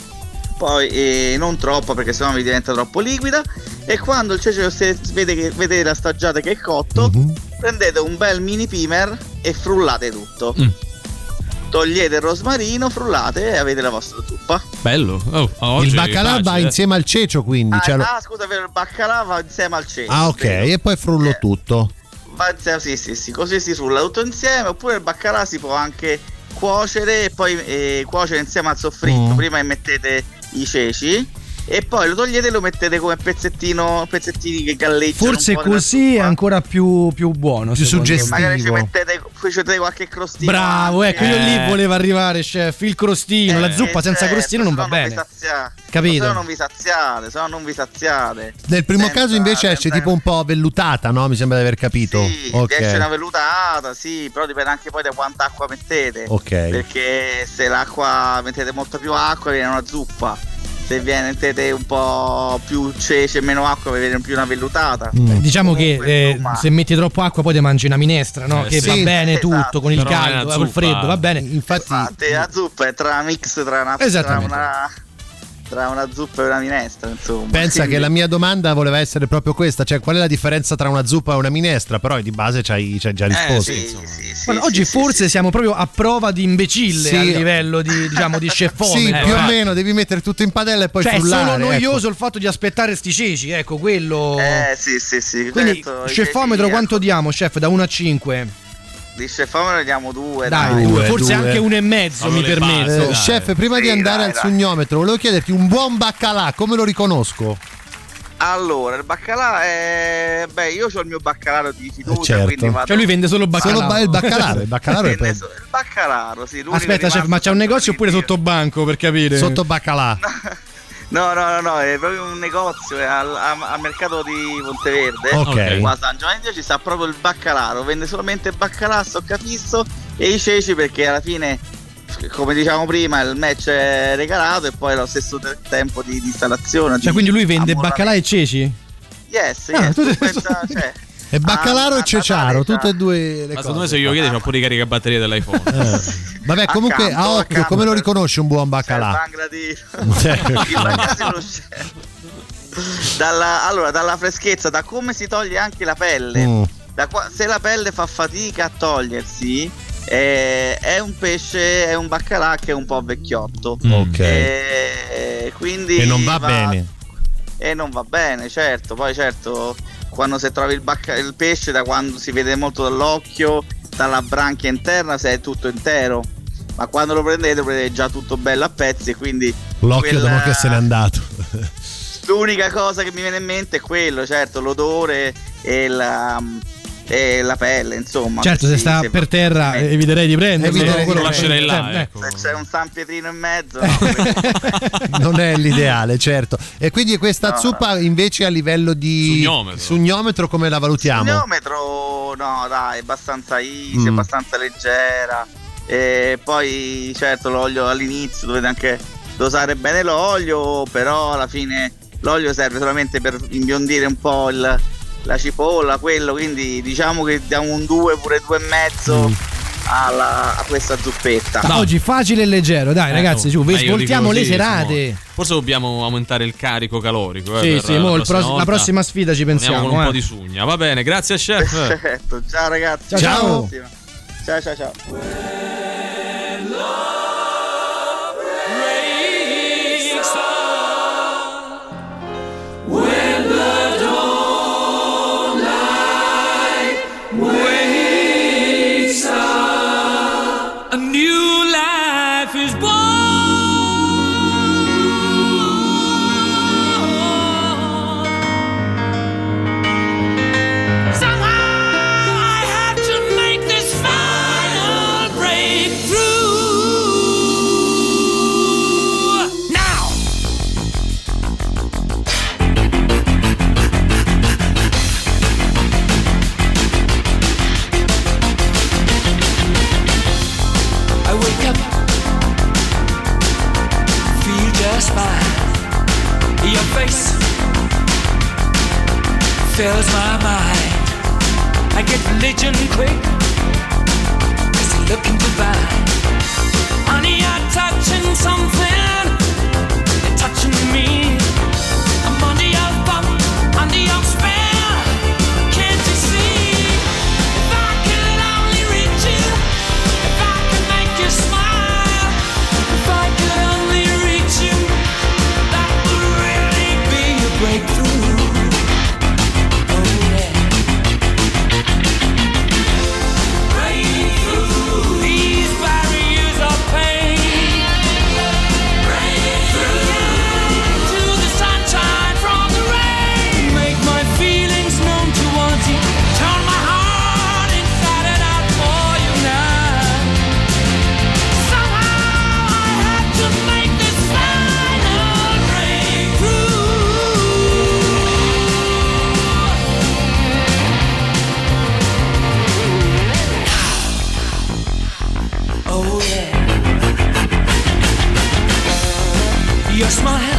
poi eh, non troppo perché sennò vi diventa troppo liquida, e quando il cece se vede che vedete la staggiate che è cotto, Mhm. prendete un bel mini primer e frullate tutto. Mm. Togliete il rosmarino, frullate e avete la vostra zuppa. Bello. Oh, oggi Il baccalà va facile. insieme al cecio, quindi. Ah, cioè lo- ah, scusa, vero, il baccalà va insieme al cecio. Ah, ok. vero? E poi frullo Eh. tutto. Va insieme, sì, sì, sì, così si frulla tutto insieme. Oppure il baccalà si può anche cuocere e poi eh, cuocere insieme al soffritto. Mm. Prima mettete i ceci e poi lo togliete e lo mettete come pezzettino, pezzettini che galleggiano. Forse un po' nella così è zuppa. ancora più, più buono. Più secondo me. suggestivo. Magari ci mettete, ci mettete qualche crostino. Bravo, anche. ecco, io lì Eh. volevo arrivare, chef. Il crostino, la Eh, zuppa senza certo, crostino non va sennò vi bene. sazia- Capito? Se no non vi saziate, se no non vi saziate. Nel primo Senza- caso invece esce senza- tipo un po' vellutata, no? Mi sembra di aver capito. Sì, Ok. esce una vellutata, sì, però dipende anche poi da quanta acqua mettete. Ok. Perché se l'acqua mettete molta più acqua viene una zuppa. Se viene, mettete un po' più cece e meno acqua viene più una vellutata. Mm. Diciamo Comunque, che eh, insomma- se metti troppo acqua poi ti mangi una minestra, no? Eh, che sì. va bene Esatto. tutto con il Però non è caldo, una eh, col zuppa. freddo, va bene. Infatti, Infatti la zuppa è tra mix tra una, tra Esattamente. una tra una zuppa e una minestra, insomma. pensa Quindi- che la mia domanda voleva essere proprio questa, cioè qual è la differenza tra una zuppa e una minestra, però di base c'hai, c'hai già risposto. sì, Sì, insomma. sì, sì, Guarda, sì, oggi sì, forse sì. siamo proprio a prova di imbecille Sì. a livello di, diciamo, di chefone. Sì, Eh, più o infatti. meno devi mettere tutto in padella e poi Cioè, è frullare. solo noioso ecco. il fatto di aspettare sti ceci, ecco, quello. Eh sì, sì, sì. Quindi, certo, i chefometro ceci, quanto ecco, diamo, chef? Da uno a cinque? di chefometro ne diamo due, Dai, dai. due, due, forse due. anche uno e mezzo, Solo mi le permetto. basi, Eh, dai. chef, prima di Sì, andare dai, al dai. sugnometro, volevo chiederti un buon baccalà, come lo riconosco? Allora, il baccalà è... Beh, io ho il mio baccalà di fiducia, Eh, certo. quindi vado... Cioè, lui vende solo Solo baccalà. ba- il baccalà, il baccalà è Vende poi so- il baccalà, sì. l'unico Aspetta, chef, rimasto ma c'è un negozio oppure sempre sotto banco per capire? sotto baccalà. No, no, no, no, è proprio un negozio, è al, a- al mercato di Monteverde. Ok. Qua a San Giovanni di Dio ci sta proprio il baccalà, lo vende solamente il baccalà, stoccafisso, e i ceci, perché alla fine, come dicevamo prima, il match è regalato e poi lo stesso te- tempo di di installazione. Cioè, di quindi lui vende ammorbamento. baccalà e ceci? Yes, Ah, yes, tu- tu pensa, cioè, E baccalaro a- e a ceciaro, Natale tutte e c'ha- due le Ma cose. secondo me se glielo chiedi c'ha pure i caricabatterie dell'iPhone. Eh. Vabbè, comunque Accanto, a occhio, accanto, come lo per- riconosci un buon C'è il baccalà? Bangladesh. Il Bangladesh è uno chef. Dalla, allora, dalla freschezza, da come si toglie anche la pelle. Mm. Da qua- se la pelle fa fatica a togliersi, eh, è un pesce, è un baccalà che è un po' vecchiotto. Ok. Eh, quindi E non va bene. E non va bene, certo. Poi certo, quando se trovi il, bacca- il pesce, da quando si vede molto dall'occhio, dalla branchia interna, se è tutto intero. Ma quando lo prendete, lo prendete già tutto bello a pezzi, e quindi L'occhio quella- dopo che se n'è andato. l'unica cosa che mi viene in mente è quello, certo, l'odore e la, e la pelle, insomma. Certo, se Sì, sta se- per terra eh, eviterei di prenderlo. Eviterei no? di Quello- Lo lascerei là, eh, ecco. Se c'è un San Pietrino in mezzo, no, quello- Non è l'ideale, certo. E quindi questa No, zuppa invece a livello di Sugnometro. sugnometro come la valutiamo? Sugnometro, no, dai, è abbastanza easy, Mm. abbastanza leggera. E poi, certo, l'olio all'inizio dovete anche dosare bene l'olio, però alla fine l'olio serve solamente per imbiondire un po' il, la cipolla, quello, quindi diciamo che diamo un due, pure due e mezzo Mm. alla, a questa zuppetta. Ma oggi facile e leggero, dai Eh, ragazzi, oh, su, vi meglio di svoltiamo così, le serate. insomma. Forse dobbiamo aumentare il carico calorico. Eh, Sì, per sì, mo il prossima pros- la volta. prossima sfida ci Torniamo pensiamo. con un eh. po' di sugna. Va bene, grazie chef. Perfetto, ciao ragazzi. Ciao, ciao. Alla prossima. Ciao ciao ciao. face fills my mind. I get religion quick, 'cause you're looking divine. Honey, you're touching something, you're touching me. I'm under your thumb, under your spell. Can't you see? If I could only reach you, if I could make you smile, if I could only reach you, that would really be a breakthrough. Oh yeah. Breakthrough. These barriers of pain. Your smile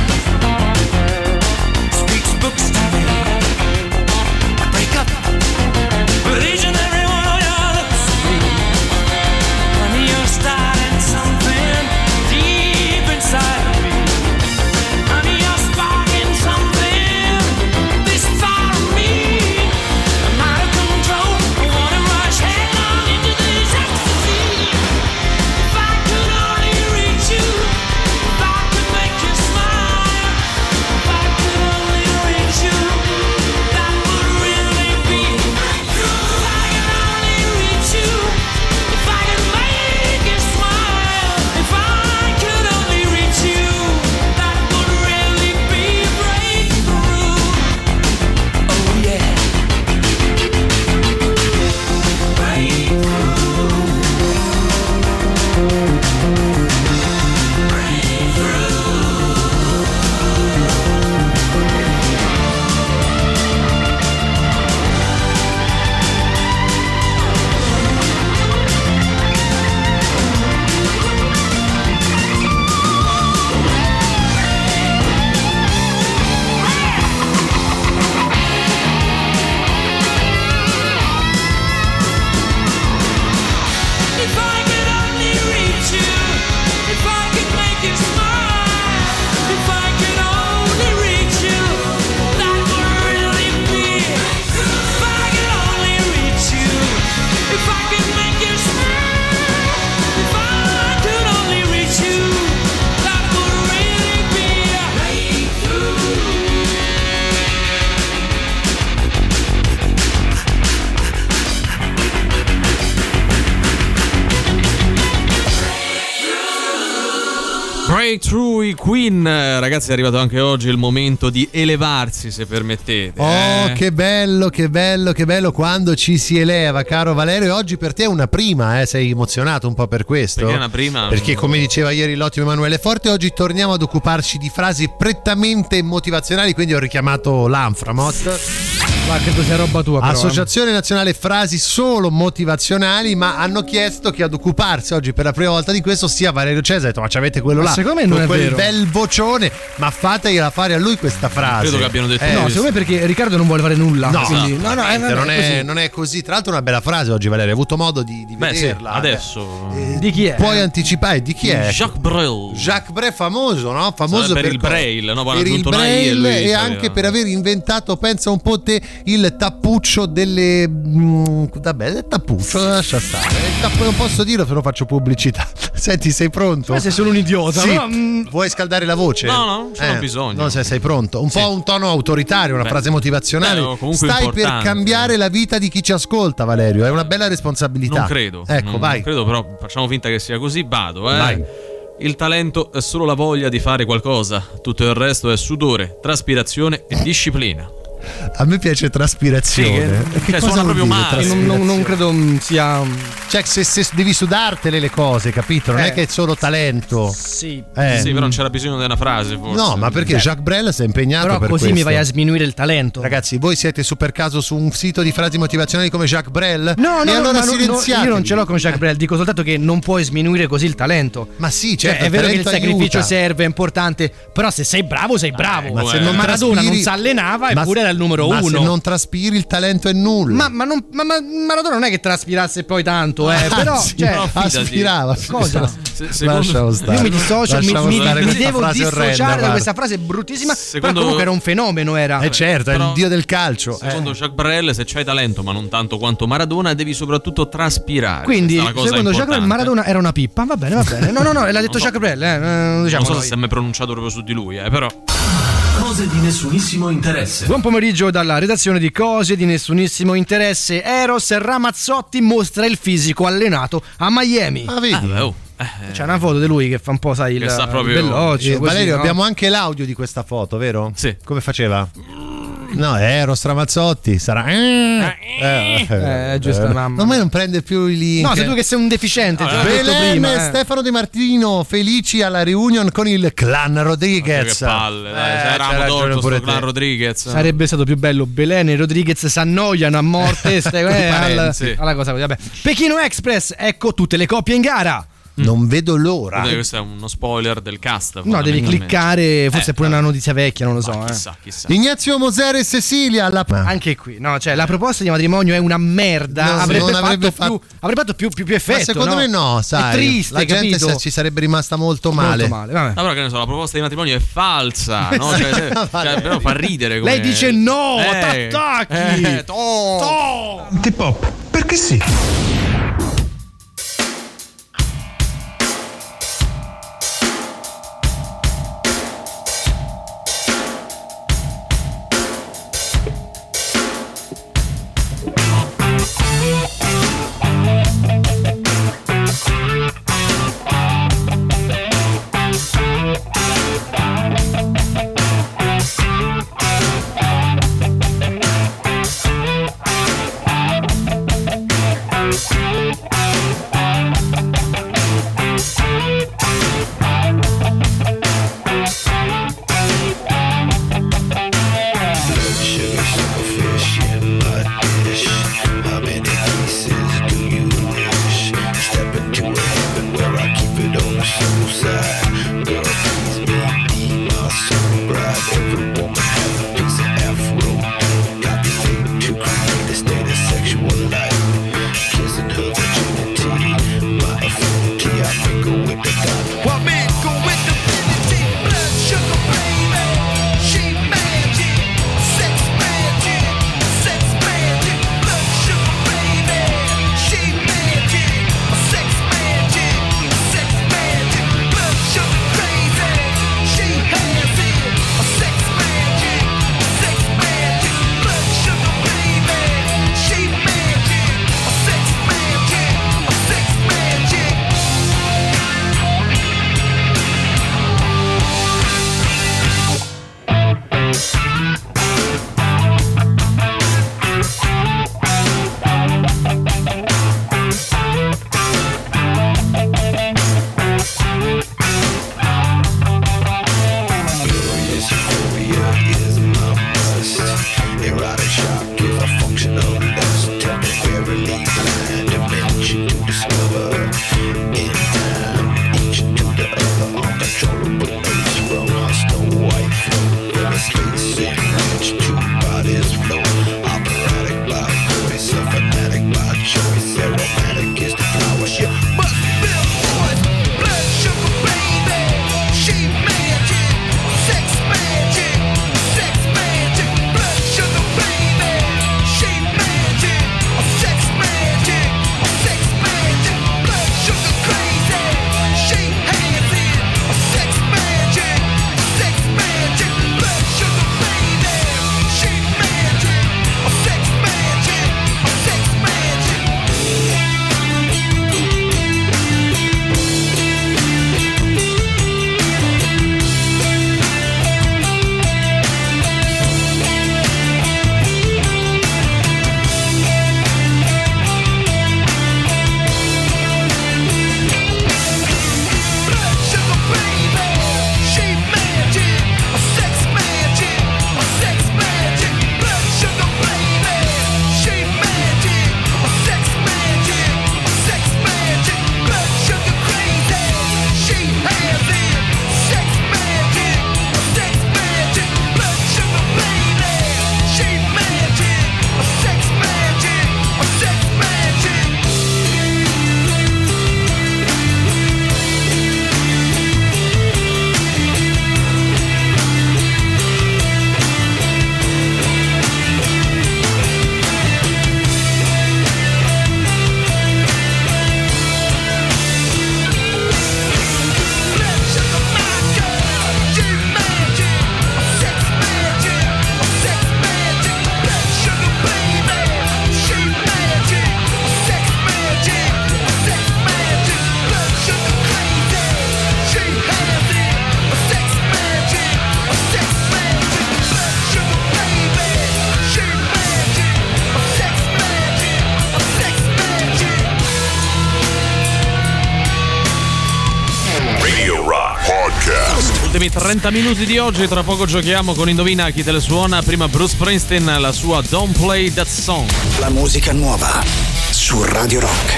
speaks books to me. I break up with each and every one of your lips. Honey, you're starting something deep inside of me. Honey, you're sparking something this far of me. I'm out of control. I wanna rush headlong into this ecstasy. If I could only reach you, if I could make you smile, if I could only reach you, that would really be a breakthrough. If I could only reach you, if I could make you smile, if I could only reach you, that would really be a breakthrough. Oh yeah. If I could only reach you, if I could make you smile, if I could only reach you, that would really be. If I could only reach you, if I could make you smile, if I could only reach you, that would really be a breakthrough. Breakthrough, i Queen. Ragazzi, è arrivato anche oggi il momento di elevarsi, se permettete. Oh, eh. che bello, che bello, che bello quando ci si eleva, caro Valerio. E oggi per te è una prima, eh? Sei emozionato un po' per questo? Perché è una prima? Perché, come diceva ieri l'ottimo Emanuele Forte, oggi torniamo ad occuparci di frasi prettamente motivazionali, quindi ho richiamato l'Anframot. Ma credo sia roba tua, però. Associazione Nazionale Frasi solo motivazionali, ma hanno chiesto che ad occuparsi oggi per la prima volta di questo sia Valerio Cesare. Ha detto, ma c'avete quello Ma là, secondo me non con è quel vero. bel vocione, ma fategliela fare a lui questa frase. Credo che abbiano detto Eh, No, secondo me perché Riccardo non vuole fare nulla. No, quindi, no, no, eh, non, non è è, così. non è così. Tra l'altro, una bella frase oggi, Valerio. Hai avuto modo di, di Beh, sì, vederla. adesso. Eh, Di chi è? Puoi anticipare di chi è? Jacques Brel. Jacques Brel, famoso, no? Famoso Per per, il co- Braille, no? Poi per hanno il aggiunto una I e Braille lui e sapeva. anche per aver inventato, pensa un po' te, il tappuccio delle. Mm, vabbè, il tappuccio, lascia stare. Il tapp- non posso dirlo, se no faccio pubblicità. Senti, sei pronto? Ma sei solo un idiota, Sì. no? Mm. Vuoi scaldare la voce? No, no, ce n'ho bisogno. Non se sei pronto. Un Sì. po' un tono autoritario, una Beh, frase motivazionale. beh, comunque Stai per importante. cambiare la vita di chi ci ascolta, Valerio. È una bella responsabilità. Non credo. Ecco, non vai. credo, però facciamo finta che sia così. Vado, eh. Vai. Il talento è solo la voglia di fare qualcosa. Tutto il resto è sudore, traspirazione e disciplina. A me piace traspirazione. Sì, che cioè, cosa suona vuol proprio dire, male. Non, non- non credo mm, sia. Cioè, se, se devi sudartele le cose, capito? Non Eh. è che è solo talento. Sì. Eh. Sì, però non c'era bisogno di una frase, forse. No, ma perché Cioè, Jacques Brel si è impegnato Però per così questo. mi vai a sminuire il talento. Ragazzi, voi siete su per caso su un sito di frasi motivazionali come Jacques Brel? No, no, e allora ma no, no, silenziatevi. io non ce l'ho con Jacques Brel, dico soltanto che non puoi sminuire così il talento. Ma sì, Cioè, certo, è vero che il talento sacrificio aiuta. serve, è importante, però se sei bravo, sei bravo. Ma se non Maradona traspiri- non si allenava Ma- eppure era il numero ma uno. se non traspiri il talento è nulla. Ma, ma non- ma- ma Maradona non è che traspirasse poi tanto, eh, però Anzi, cioè, no, aspirava. Cosa? Se- secondo- Lasciamo stare. Io mi dissocio, mi, Lasciamo mi- stare mi questa devo frase dissociare orrenda, da guarda. questa frase bruttissima. Secondo- Però comunque era un fenomeno, era. Eh certo, è Però- il dio del calcio. Secondo eh. Jacques Brel, se c'hai talento, ma non tanto quanto Maradona, devi soprattutto traspirare. Quindi, Questa è la cosa secondo Jacques Brel, importante. Maradona era una pippa. Va bene, va bene. No, no, no, l'ha detto so. Jacques Brel, eh, non diciamo Non so noi. se si è mai pronunciato proprio su di lui, eh, però. Cose di nessunissimo interesse. Buon pomeriggio dalla redazione di Cose di nessunissimo interesse. Eros Ramazzotti mostra il fisico allenato a Miami. Ma vedi? Ah, beh, oh. C'è una foto di lui che fa un po', sai, il, Che sta proprio- il belloccio, Eh, così, Valerio, no? abbiamo anche l'audio di questa foto, vero? Sì. Come faceva? No, Eros Ramazzotti sarà. Eh, Eh, giusto, mamma. Ma me non prende più i link. No, sei tu che sei un deficiente, te l'ho detto Belen, prima. eh. Stefano Di Martino, felici alla reunion con il clan Rodriguez. Che palle, dai, Eh, se c'hai eravamo ragione tolto pure sto clan te. Rodriguez. Sarebbe stato più bello. Belen e Rodriguez si annoiano a morte. Stai, eh, alla, parenti. alla cosa così. Vabbè. Pechino Express, ecco tutte le coppie in gara. Non vedo l'ora. Vedete, questo è uno spoiler del cast. No, devi fondamentalmente. cliccare, forse Eh, è pure una notizia vecchia, non lo so. Ma eh. chissà, chissà. Ignazio Moser e Cecilia alla. Anche qui, no, cioè la proposta di matrimonio è una merda. No, avrebbe, non fatto avrebbe più, fatto- avrebbe fatto più, più, più effetto. Ma secondo no? me no, sai. È triste, la gente capito? se- ci sarebbe rimasta molto male. Molto male, vabbè. Ah, però che ne so, la proposta di matrimonio è falsa, no? Cioè, se- cioè, però fa ridere come... Lei dice no, Eh, t'attacchi. eh, to- To. Antipop, perché sì? Thank ultimi trenta minuti di oggi, tra poco giochiamo con Indovina chi te le suona. Prima Bruce Springsteen, la sua Don't Play That Song. La musica nuova su Radio Rock.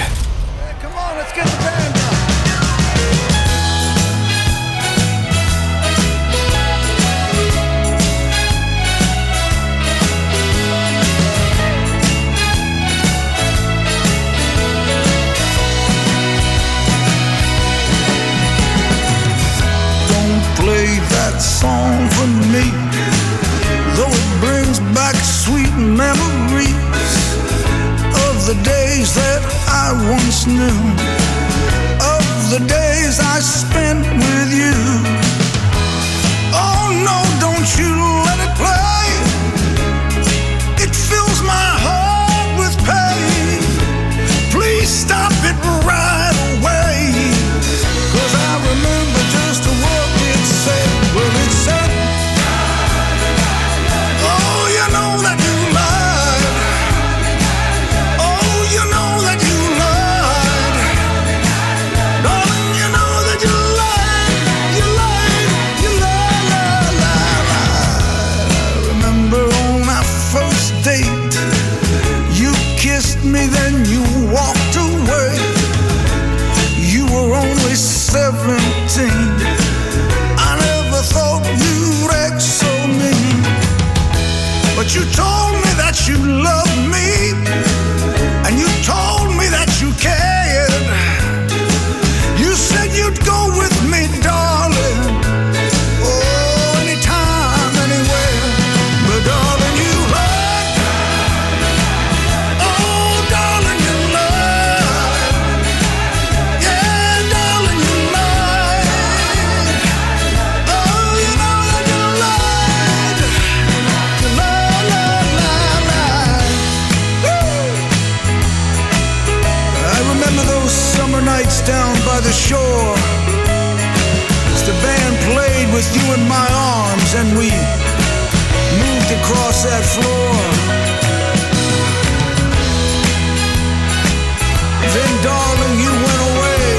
Play that song for me, though it brings back sweet memories of the days that I once knew, of the days I spent with you. Oh no, don't you let it play, it fills my heart with pain. Please stop it right away, 'cause I remember just what it said. Well, it said, oh, you know that you lied. Oh, you know that you lied. Darling, you know that you lied. You lied, you lied, lied, lied, lied. I remember on our first date, you kissed me, then you walked away. You were only seventeen. I never thought you'd act so mean, but you told me that you loved me, and you told me that you cared. You said you'd go with me, darling, oh, anytime, anywhere. But darling, you lied. Oh, darling, you lied. Yeah, darling, you lied. Oh, you know that you lied. You lied, lied, lied, lied. Woo! I remember those summer nights down by the shore, as the band played with you in my arms and we moved across that floor. Then, darling, you went away.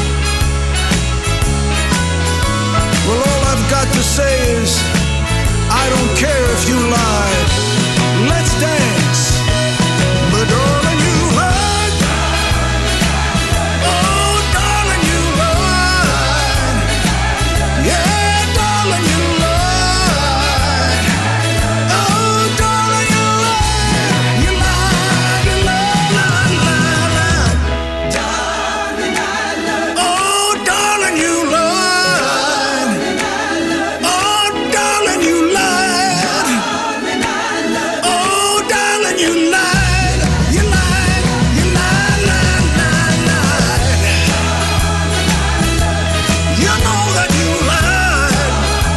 Well, all I've got to say is, I don't care if you lied. Let's dance. But darling, you lied. Oh, darling, you lied. Yeah, darling, you lied. Oh, darling, you lied. You lied, you lied, lied, lied, lied. Darling, I love you. Oh, darling, you lied. Oh, darling, you lied. Oh, darling, you lied. You lied, you lied, lied, lied, lied. You know that you lied.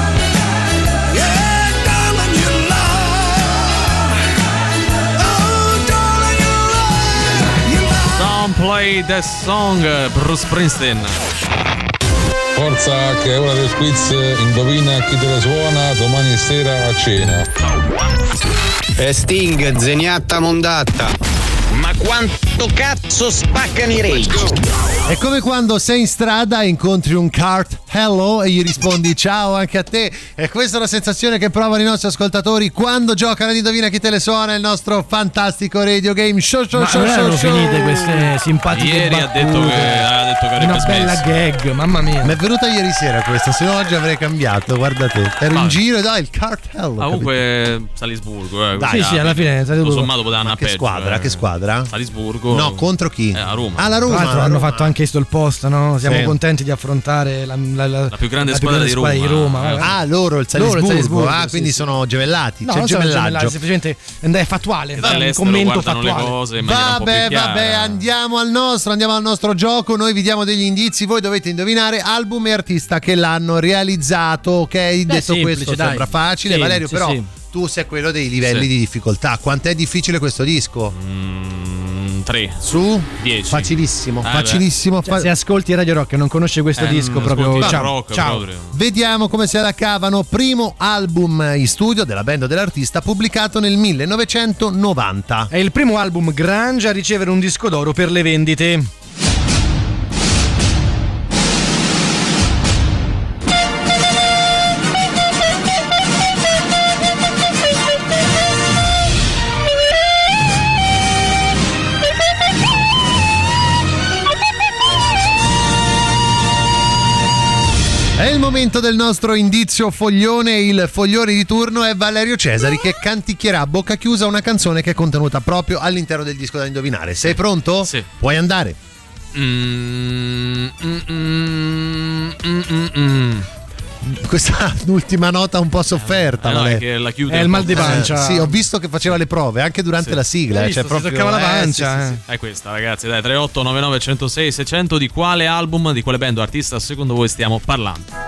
Yeah, darling, you lied. Oh, darling, you lied. You lied. Don't Play That Song, Bruce Springsteen. Forza che è ora del quiz, indovina chi te la suona domani sera a cena. E Sting, zeniatta mondatta. Ma quanto cazzo spaccano i rage? È come quando sei in strada e incontri un kart hello e gli rispondi ciao anche a te. E questa è una sensazione che provano i nostri ascoltatori quando giocano ad Indovina chi te le suona, il nostro fantastico radio game show show Ma show non show erano show. finite queste simpatiche Ieri ha battute. detto che ha detto che avrebbe una bella smesso. gag, mamma mia. Mi è venuta ieri sera questa, se no oggi avrei cambiato, guarda te. Ero in Ma- giro e dai il kart hello. Ah, comunque Salisburgo, eh, Dai, quindi, sì, sì, alla fine, tutto Salisburgo. sommato poteva andare che peggio, squadra, eh. che squadra? Salisburgo. No, contro chi? Eh, a Roma. Ah, la Tra Roma. l'altro la hanno Roma. fatto anche sto post, no? Siamo Sì. contenti di affrontare la, la, la, La più grande la squadra di squadra di Roma. Roma. Eh. Ah, loro il Loro Salisburgo, il Salisburgo, ah, sì, quindi sì. sono gemellati, No, c'è non sono gemellaggio. gemellati, semplicemente è fattuale, è un Dall'estero commento guardano le fattuale. cose in maniera un po' Vabbè, più chiara. vabbè, andiamo al nostro, andiamo al nostro gioco. Noi vi diamo degli indizi, voi dovete indovinare album e artista che l'hanno realizzato. Ok, detto semplice, questo dai. sembra facile. Sì, Valerio, sì, però sì. tu sei quello dei livelli Sì. di difficoltà. Quant'è difficile questo disco? Mm, tre. Su? dieci. Facilissimo, Eh, facilissimo. Cioè, fa- se ascolti Radio Rock e non conosce questo Eh, disco, non proprio ascolti il ciao, rock ciao. proprio. Vediamo come se la cavano. Primo album in studio della band o dell'artista pubblicato nel millenovecentonovanta. È il primo album grunge a ricevere un disco d'oro per le vendite. momento del nostro indizio foglione. Il foglione di turno è Valerio Cesari che canticchierà a bocca chiusa una canzone che è contenuta proprio all'interno del disco da indovinare. Sei pronto? Sì. Puoi andare. Mm, mm, mm, mm, mm, mm. Questa ultima nota un po' sofferta. Eh no, Vale. è che la chiude È il mal di pancia. Eh, sì, ho visto che faceva le prove anche durante Sì. la sigla. Hai eh, visto, cioè si proprio, toccava la eh, pancia, sì, sì, eh. sì. È questa, ragazzi, dai, tre otto nove nove uno zero sei sei zero zero. Di quale album, di quale band o artista secondo voi stiamo parlando?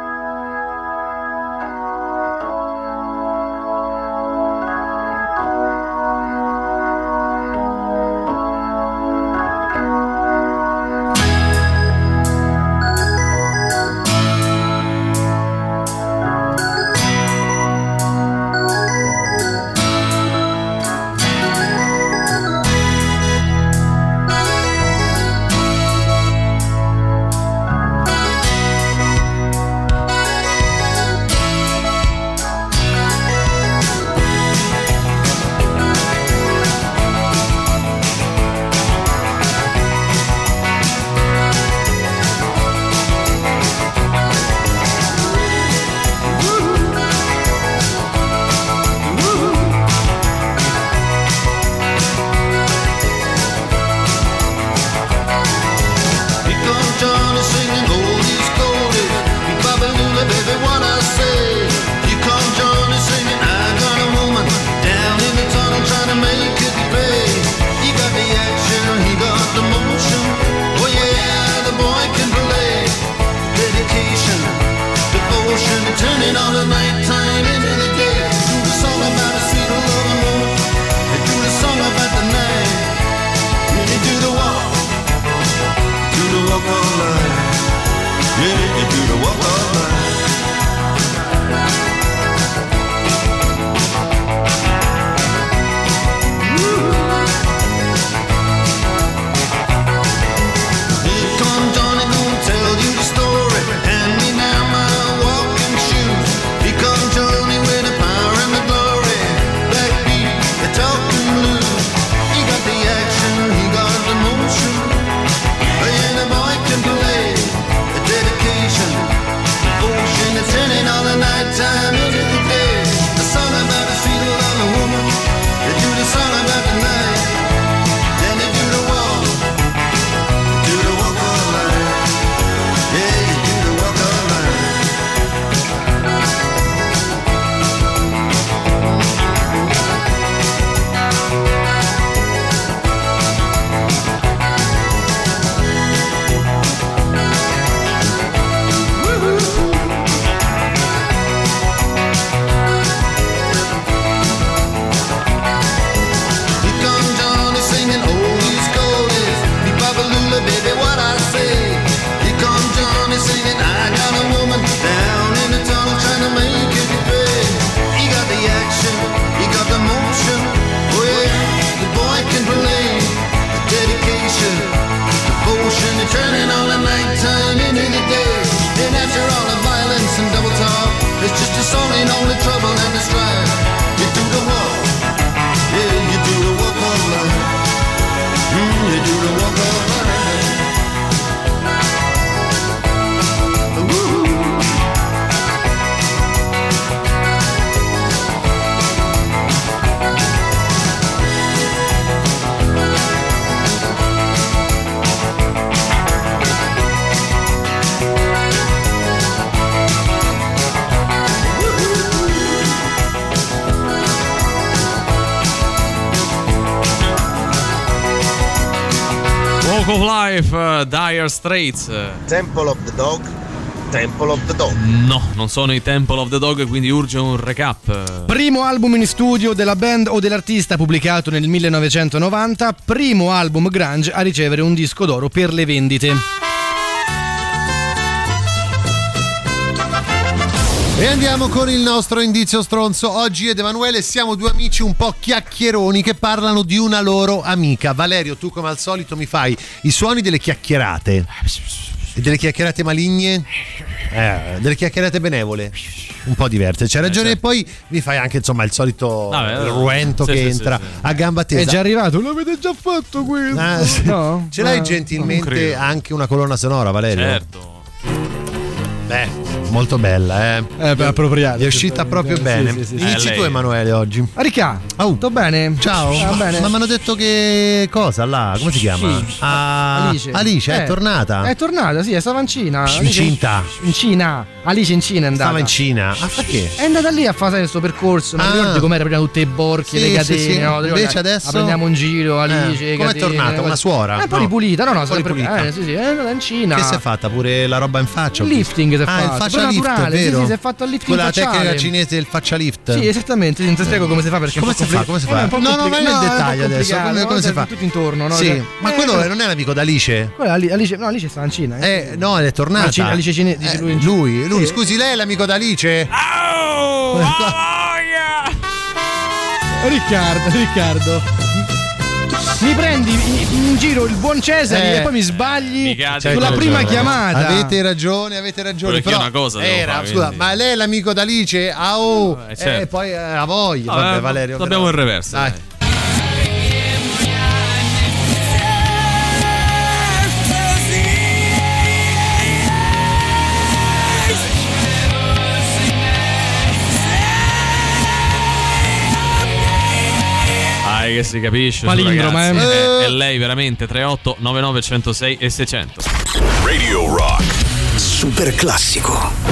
Walk of Life, uh, Dire Straits. Temple of the Dog. Temple of the Dog. No, non sono i Temple of the Dog, quindi urge un recap. Primo album in studio della band o dell'artista pubblicato nel millenovecentonovanta, primo album grunge a ricevere un disco d'oro per le vendite. E andiamo con il nostro indizio stronzo. Oggi io ed Emanuele siamo due amici un po' chiacchieroni che parlano di una loro amica. Valerio, tu come al solito mi fai i suoni delle chiacchierate. E delle chiacchierate maligne? Eh, delle chiacchierate benevole. Un po' diverse, c'hai ragione. Eh, certo. E poi mi fai anche insomma il solito Vabbè, il ruento sì, che sì, entra sì, sì. a gamba tesa. È già arrivato, l'avete già fatto questo? Ah, sì. No? Ce l'hai Ah, gentilmente anche una colonna sonora, Valerio? Certo. Beh, molto bella, eh. Eh, beh, appropriata. È uscita proprio bene. Sì, sì, sì. Inizi Eh, tu, lei. Emanuele, oggi. Ricca, Oh. tutto bene? Ciao. Va bene. Ma mi hanno detto che cosa là? Come si chiama? Sì. Ah, Alice. Alice, è Eh, tornata. È tornata, sì, stava in Cina. Alice- Incinta. In Cina. Alice in Cina è andata. Stava in Cina. Ah, perché? È andata lì a fare questo percorso. Non Ah. mi ricordo com'era prima tutte le borchie, Sì, le sì, catene. sì. No? Ti ricordi? Invece adesso- La prendiamo in giro, Alice. Eh, le com'è catene, tornata? le Una cose. suora? È un po' No. ripulita, no, no, Un po' sempre ripulita. eh, sì, sì, è andata in Cina. Che si è fatta? Pure la roba in faccia? ho visto. Lifting si è Ah, fatto, il però faccia lift, naturale, vero? sì, sì, si è fatto il lifting Quella facciale. tecnica cinese del faccia lift. Sì, esattamente, sì, non ti spiego come si fa perché Come è un po' si fa? compli- Come si eh, fa? è un po' No, no, complicato. vai nel è un po' dettaglio adesso. complicato, Come- no? come si Cioè, fa? tutto intorno, no? Sì, Cioè, ma eh, quello no. non è l'amico d'Alice? Quella Ali- Alice, no, Alice sta in Cina. Eh. Eh, no, è tornata. No, Cina- Alice Cine- dice Eh, lui in- lui, lui. Sì. Scusi, lei è l'amico d'Alice? Riccardo, Riccardo. Mi prendi in, in giro il buon Cesare Eh. e poi mi sbagli Mica sulla ragione. prima chiamata. Avete ragione, avete ragione. Perché Però una cosa devo era, fare, scusa, quindi. ma lei è l'amico d'Alice? Ah, oh. Eh, certo. E poi eh, ha voglia. Vabbè, Vabbè, Valerio. abbiamo però- il reverso. Dai. dai. Dai, che si capisce, su, Palindroma, ragazzi. eh. È, è lei veramente. Tre otto nove nove uno zero sei e seicento. Radio Rock. Super classico.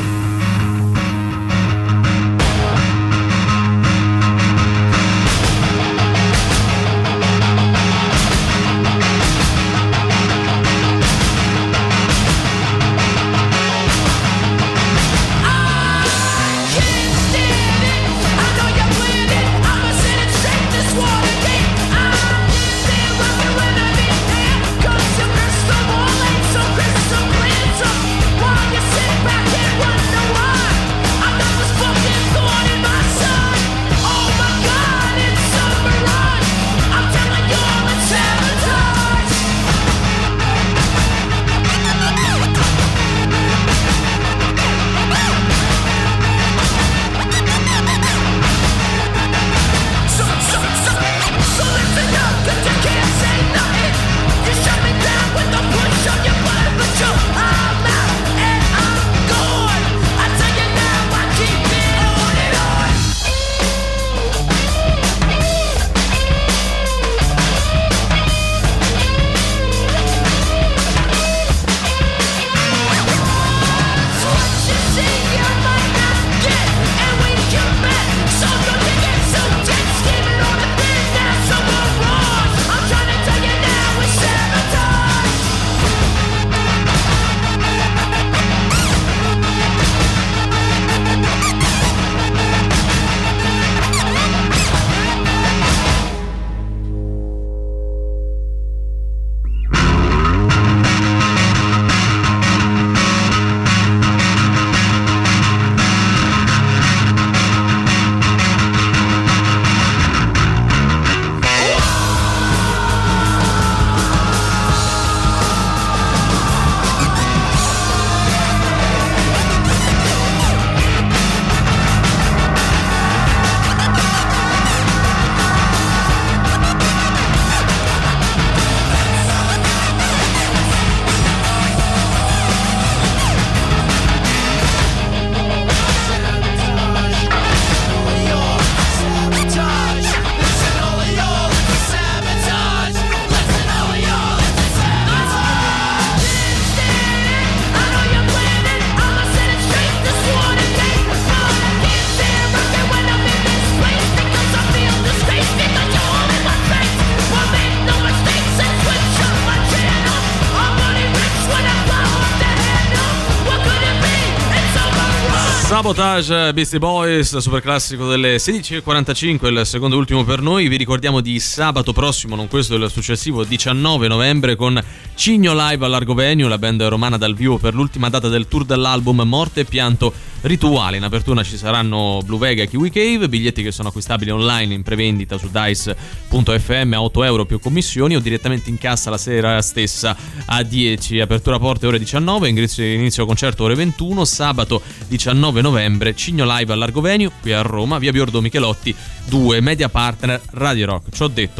Sabotage, Beastie Boys, super classico delle sedici e quarantacinque, il secondo e ultimo per noi. Vi ricordiamo di sabato prossimo, non questo, il successivo diciannove novembre, con Cigno Live all'Argo Venue, la band romana dal vivo per l'ultima data del tour dell'album Morte e Pianto Rituale. In apertura ci saranno Blue Vega e Kiwi Cave, biglietti che sono acquistabili online in prevendita su dice punto effe emme a otto euro più commissioni o direttamente in cassa la sera stessa a dieci. Apertura porte ore diciannove, inizio, inizio concerto ore ventuno, sabato diciannove novembre, Cigno Live all'Argo Venue qui a Roma, via Biordo Michelotti due, media partner Radio Rock. Ci ho detto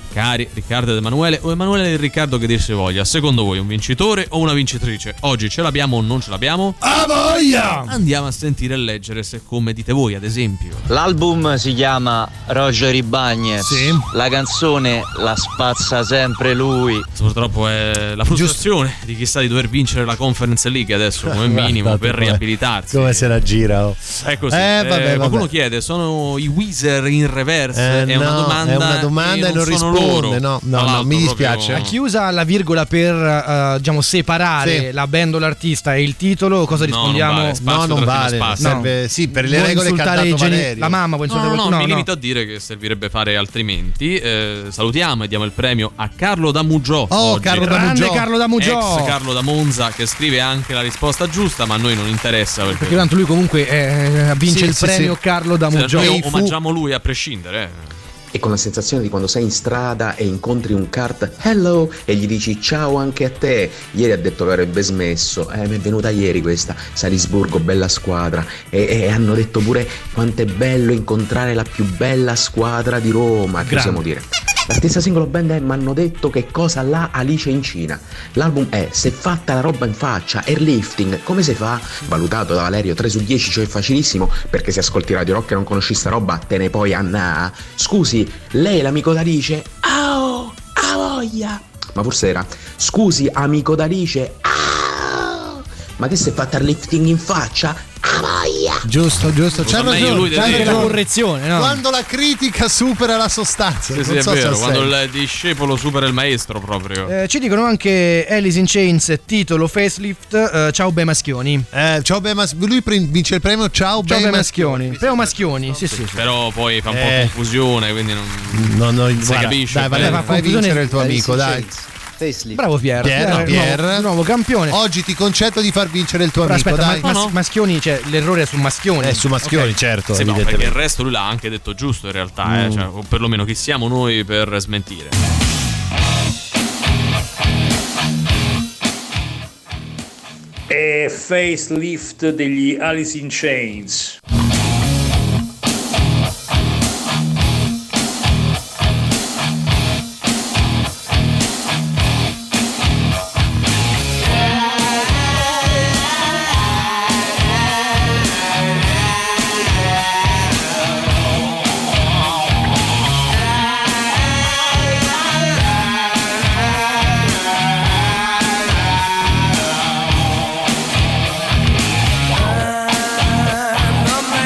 Cari Riccardo ed Emanuele, o Emanuele e Riccardo, che dir si voglia, secondo voi un vincitore o una vincitrice? Oggi ce l'abbiamo o non ce l'abbiamo? A voglia! Andiamo a sentire e leggere se come dite voi, ad esempio. L'album si chiama Roger Ibañez. Sì. La canzone la spazza sempre lui. Purtroppo è la frustrazione di chi sa di dover vincere la Conference League adesso come minimo per come, riabilitarsi. Come se la gira, oh. È così. Eh, vabbè, eh, qualcuno vabbè. chiede: sono i Weezer in reverse? Eh, è, no, una domanda è una domanda e e non non sono risponde. loro. No, Tra no, no, l'altro, mi dispiace. proprio- Ha chiusa la virgola per eh, diciamo separare Sì. la band o l'artista e il titolo. Cosa No, non rispondiamo? vale, spazio No, non trattino vale. spazio. Serve, sì, per le Vuoi regole che ha insultare dato i geni- Valerio. la mamma, vuoi No, insultare no, no, qualcuno? mi limito a dire che servirebbe fare altrimenti. Eh, salutiamo e diamo il premio a Carlo da Mugiò. Oh, oggi. Carlo da Grande Mugiò. Carlo da Mugiò. Ex Carlo da Monza, che scrive anche la risposta giusta, ma a noi non interessa perché, Perché tanto lui comunque eh, vince Sì, il sì, premio sì. Carlo da se Mugiò. noi fu- omaggiamo lui a prescindere. eh. E con la sensazione di quando sei in strada e incontri un kart hello e gli dici ciao anche a te. Ieri ha detto che avrebbe smesso, eh, mi è venuta ieri questa Salisburgo, bella squadra, e, e hanno detto pure quanto è bello incontrare la più bella squadra di Roma, che Grande. possiamo dire. L'artista singolo band è m'hanno detto che cosa l'ha Alice in Cina. L'album è Se fatta la roba in faccia, airlifting, come si fa? Valutato da Valerio tre su dieci, cioè facilissimo, perché se ascolti Radio Rock e non conosci sta roba te ne puoi annà. Scusi, lei è l'amico d'Alice? Oh, a voglia! Ma forse era, scusi amico d'Alice? Ah, ma che si è fatta airlifting in faccia? A voglia! Giusto, giusto. C'ha Lo sa meglio lui ragione. di c'ha te. Anche la ragione. correzione, no? Quando la critica supera la sostanza. Sì, sì, non è so se vero, ha quando senso. il discepolo supera il maestro proprio. Eh, ci dicono anche Alice in Chains, titolo facelift, eh, ciao bei maschioni. Eh, ciao, beh, ma lui pre- vince il premio. Ciao, Ciao bei bei maschioni. maschioni. Premio maschioni, sì, sì, sì. Però poi fa un po' Eh. confusione, quindi non, No, no, si guarda, capisce. dai, bene. Valerio, fai confusione- vincere il tuo amico, dai. Bravo Pier, Pier, no, eh, Pier. Nuovo, nuovo campione. Oggi ti concedo di far vincere il tuo Però amico, aspetta, dai. ma- mas- maschioni, cioè l'errore è su maschioni. Eh, su maschioni, Ok. certo, Sì, no, perché il evidentemente. resto lui l'ha anche detto giusto in realtà, eh, Mm. cioè, o perlomeno chi siamo noi per smentire. È Facelift degli Alice in Chains. I'm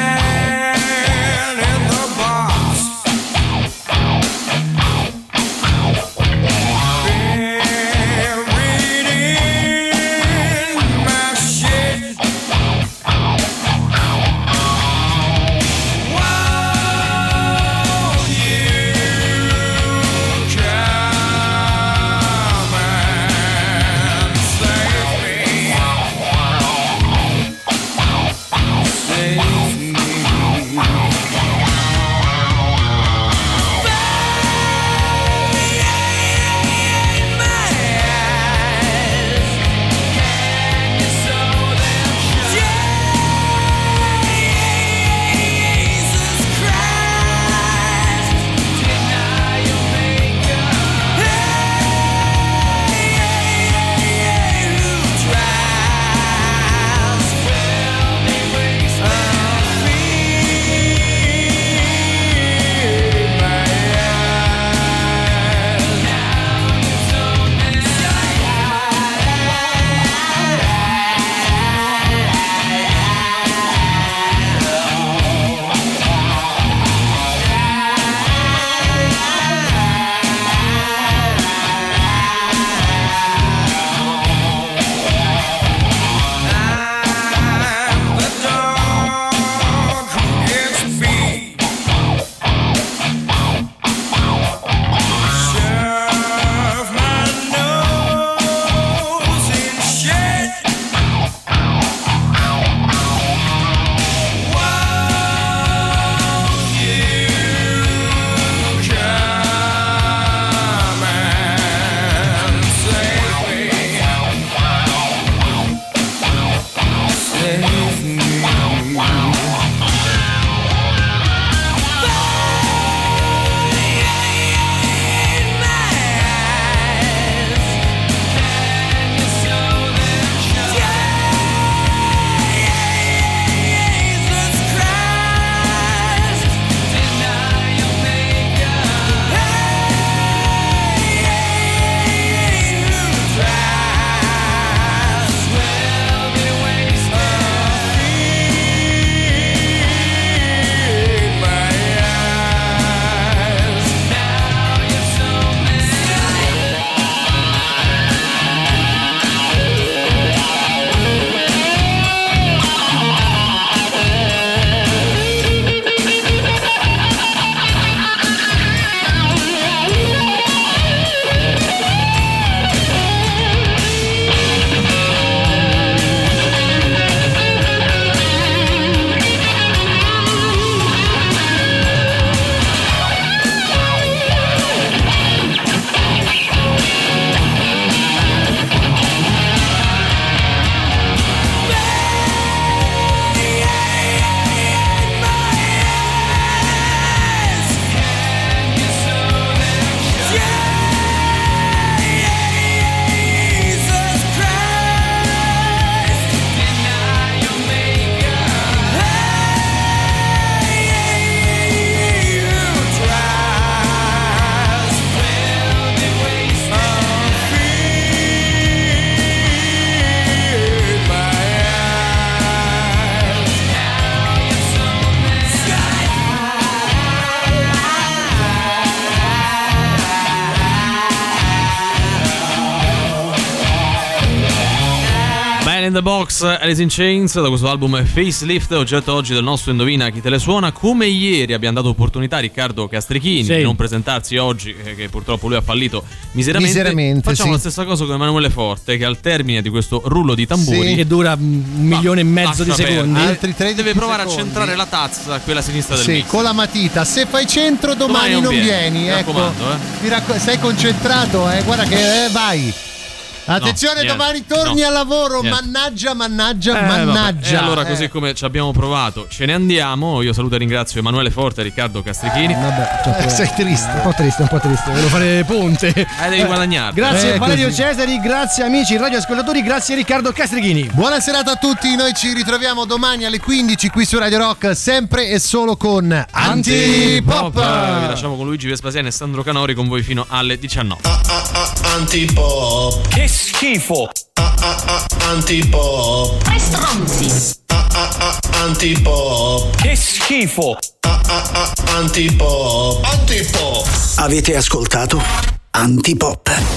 in the Box, Alice in Chains, da questo album Facelift, oggetto oggi del nostro Indovina chi te le suona. Come ieri abbiamo dato opportunità a Riccardo Castrichini sì. di non presentarsi oggi, che purtroppo lui ha fallito miseramente, miseramente facciamo sì. la stessa cosa con Emanuele Forte, che al termine di questo rullo di tamburi sì. che dura un milione e mezzo di secondi, altri tredici deve provare secondi. a centrare la tazza a quella sinistra del sì, mix. Con la matita, se fai centro domani, domani non vieni, vieni mi ecco. raccomando, eh. Mi racco- sei concentrato, eh? Guarda che eh, vai. Attenzione, no, domani torni no, al lavoro, niente. mannaggia, mannaggia, Eh, mannaggia. E allora, così eh. come ci abbiamo provato, ce ne andiamo. Io saluto e ringrazio Emanuele Forte e Riccardo Castrichini. Vabbè, cioè, Eh, sei triste. Un po' triste, un po' triste. Volevo fare ponte. Eh, devi guadagnare. Grazie Eh, Valerio così. Cesari, grazie amici radioascoltatori, grazie Riccardo Castrichini. Buona serata a tutti, noi ci ritroviamo domani alle quindici qui su Radio Rock, sempre e solo con Antipop. Vi lasciamo con Luigi Vespasiani e Sandro Canori con voi fino alle diciannove. Antipop. Che schifo! Antipop. Tre stronzi. Antipop. Che schifo! Antipop. Antipop. Avete ascoltato Antipop.